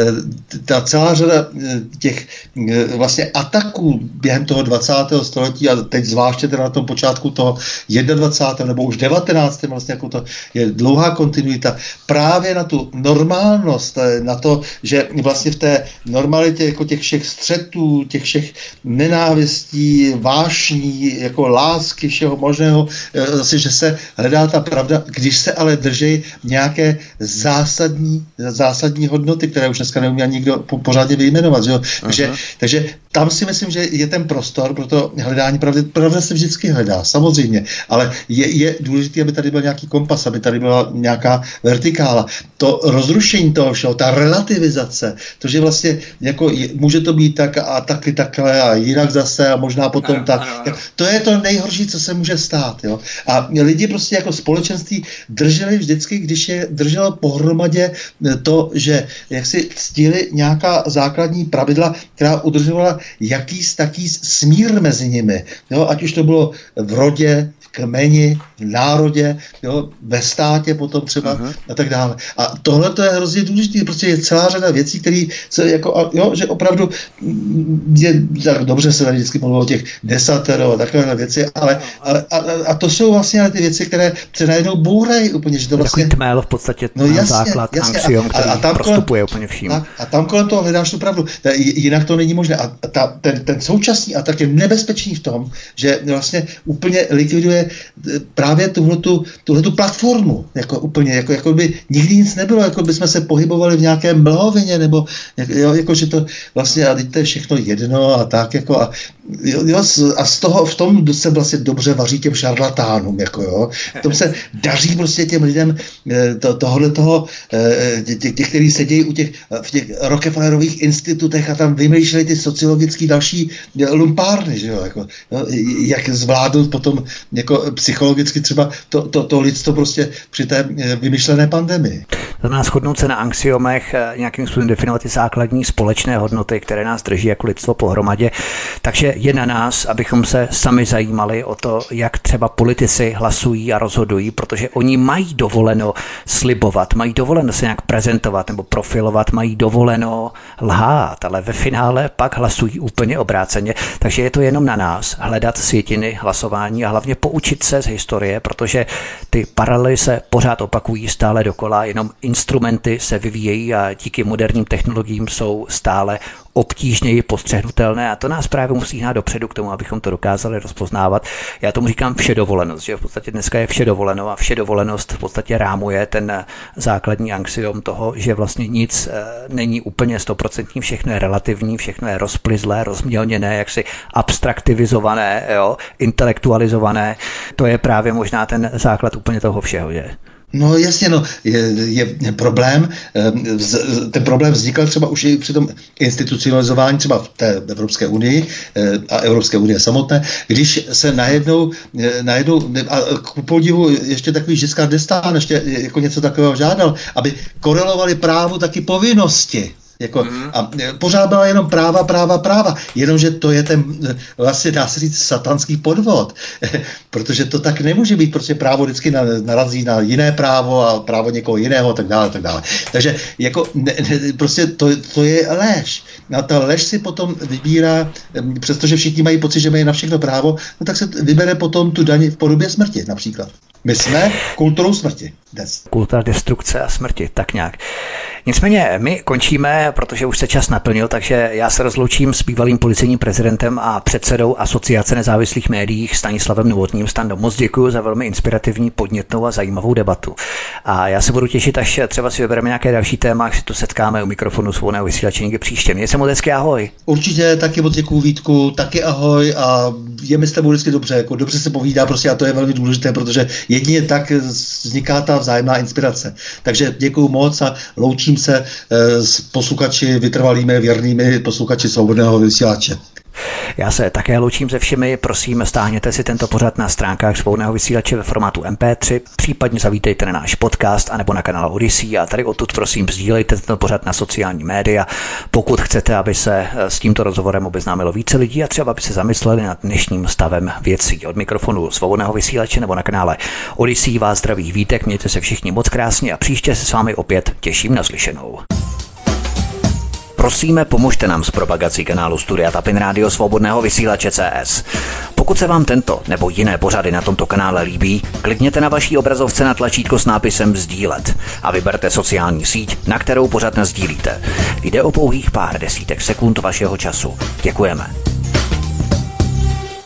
ta celá řada těch vlastně ataků během toho 20. století a teď zvláště teda na tom počátku toho 21. nebo už 19. vlastně jako to je dlouhá kontinuita, právě na tu normálnost, na to, že vlastně v té normalitě jako těch všech střetů, těch všech nenávistí, vášní, jako lásky, všeho možného, zase, že se hledá ta pravda, když se ale drží nějaké zásadní hodnoty, které už dneska neumí ani nikdo pořádně vyjmenovat. Že? Takže tam si myslím, že je ten prostor pro to hledání pravdy. Pravda se vždycky hledá, samozřejmě, ale je důležité, aby tady byl nějaký kompas, aby tady byla nějaká vertikála. To rozrušení toho všeho, ta relativizace, to, že vlastně jako může to být tak a taky takhle a jinak zase a možná potom tak. Ano. To je to nejhorší, co se může stát. Jo? A lidi prostě jako společenství drželi vždycky, když je drželo pohromadě to, že jak si ctili nějaká základní pravidla, která udržovala jakýs taký smír mezi nimi. Jo? Ať už to bylo v rodě, v kmeni, v národě, jo? Ve státě potom třeba a tak dále. A tohle to je hrozně důležité, prostě je celá řada věcí, které se jako, jo, že opravdu je, tak dobře se tady vždycky mluvilo o těch desatero a takové věci, ale to jsou vlastně ty věci, které se najednou bourají úplně, že to vlastně... Takový tmel v podstatě základ, axiom, který prostupuje úplně vším. A tam kolem toho hledáš tu pravdu. Jinak to není možné. A ten současný atak je nebezpečný v tom, že vlastně úplně likviduje právě tuhletu platformu. Jako úplně, jako by nikdy nic nebylo, jako by jsme se pohybovali v nějaké mlhovině, nebo jako, že to vlastně, a teď to je všechno jedno a tak, jako a z toho, v tom se vlastně dobře vaří těm šarlatánům, jako jo. V tom se daří prostě těm lidem těch, kteří sedějí v těch Rockefellerových institutech a tam vymýšlejí ty sociologické další lumpárny, že jo, jako, jak zvládnout potom jako psychologicky třeba to lidstvo prostě při té vymyšlené pandemii. To znamená shodnout se na axiomech, nějakým způsobem definovat ty základní společné hodnoty, které nás drží jako lidstvo pohromadě. Takže je na nás, abychom se sami zajímali o to, jak třeba politici hlasují a rozhodují, protože oni mají dovoleno slibovat, mají dovoleno se nějak prezentovat nebo profilovat, mají dovoleno lhát, ale ve finále pak hlasují úplně obráceně. Takže je to jenom na nás hledat sjetiny hlasování a hlavně poučit se z historie, protože ty paralely se pořád opakují stále dokola, jenom instrumenty se vyvíjejí a díky moderním technologiím jsou stále obtížněji postřehnutelné a to nás právě musí hnát dopředu k tomu, abychom to dokázali rozpoznávat. Já tomu říkám všedovolenost, že v podstatě dneska je všedovoleno a všedovolenost v podstatě rámuje ten základní axiom toho, že vlastně nic není úplně 100%, všechno je relativní, všechno je rozplizlé, rozmělněné, jaksi abstraktivizované, jo, intelektualizované. To je právě možná ten základ úplně toho všeho, že? No jasně, no, je problém, ten problém vznikl třeba už i při tom institucionalizování třeba v té Evropské unii a Evropské unie samotné, když se najednou a ku podivu ještě takový Giscard d'Estaing ještě jako něco takového žádal, aby korelovali právu taky povinnosti. A pořád byla jenom práva, jenomže to je ten, vlastně dá se říct, satanský podvod, protože to tak nemůže být, protože právo vždycky narazí na jiné právo a právo někoho jiného a tak dále. Takže jako prostě to je lež. A ta lež si potom vybírá, přestože všichni mají pocit, že mají na všechno právo, no tak se vybere potom tu daň v podobě smrti například. My jsme kulturou smrti dnes. Kultura destrukce a smrti, tak nějak. Nicméně my končíme, protože už se čas naplnil, takže já se rozloučím s bývalým policejním prezidentem a předsedou Asociace nezávislých médií Stanislavem Novotným. Stando, moc děkuji za velmi inspirativní, podnětnou a zajímavou debatu. A já se budu těšit, až třeba si vybereme nějaké další téma, až se tu setkáme u mikrofonu Svobodného vysílače někdy příště. Mějte se moc hezky, ahoj. Určitě, taky moc děkuju Vítku, taky ahoj a je mi s tebou vždycky dobře, jako dobře se povídá, prostě a to je velmi důležité, protože jedině tak vzniká ta vzájemná inspirace. Takže děkuju moc a loučím se s posluchači, vytrvalými, věrnými posluchači Svobodného vysílače. Já se také loučím se všemi, prosím, stáhněte si tento pořad na stránkách Svobodného vysílače ve formátu MP3, případně zavítejte na náš podcast anebo na kanál Odyssey a tady odtud prosím sdílejte tento pořad na sociální média, pokud chcete, aby se s tímto rozhovorem obeznámilo více lidí a třeba aby se zamysleli nad dnešním stavem věcí. Od mikrofonu Svobodného vysílače nebo na kanále Odyssey vás zdraví Vítek, mějte se všichni moc krásně a příště se s vámi opět těším na slyšenou. Prosíme, pomožte nám s propagací kanálu Studia Tapin Rádio Svobodného vysílače CS. Pokud se vám tento nebo jiné pořady na tomto kanále líbí, klikněte na vaší obrazovce na tlačítko s nápisem sdílet a vyberte sociální síť, na kterou pořad nasdílíte. Jde o pouhých pár desítek sekund vašeho času. Děkujeme.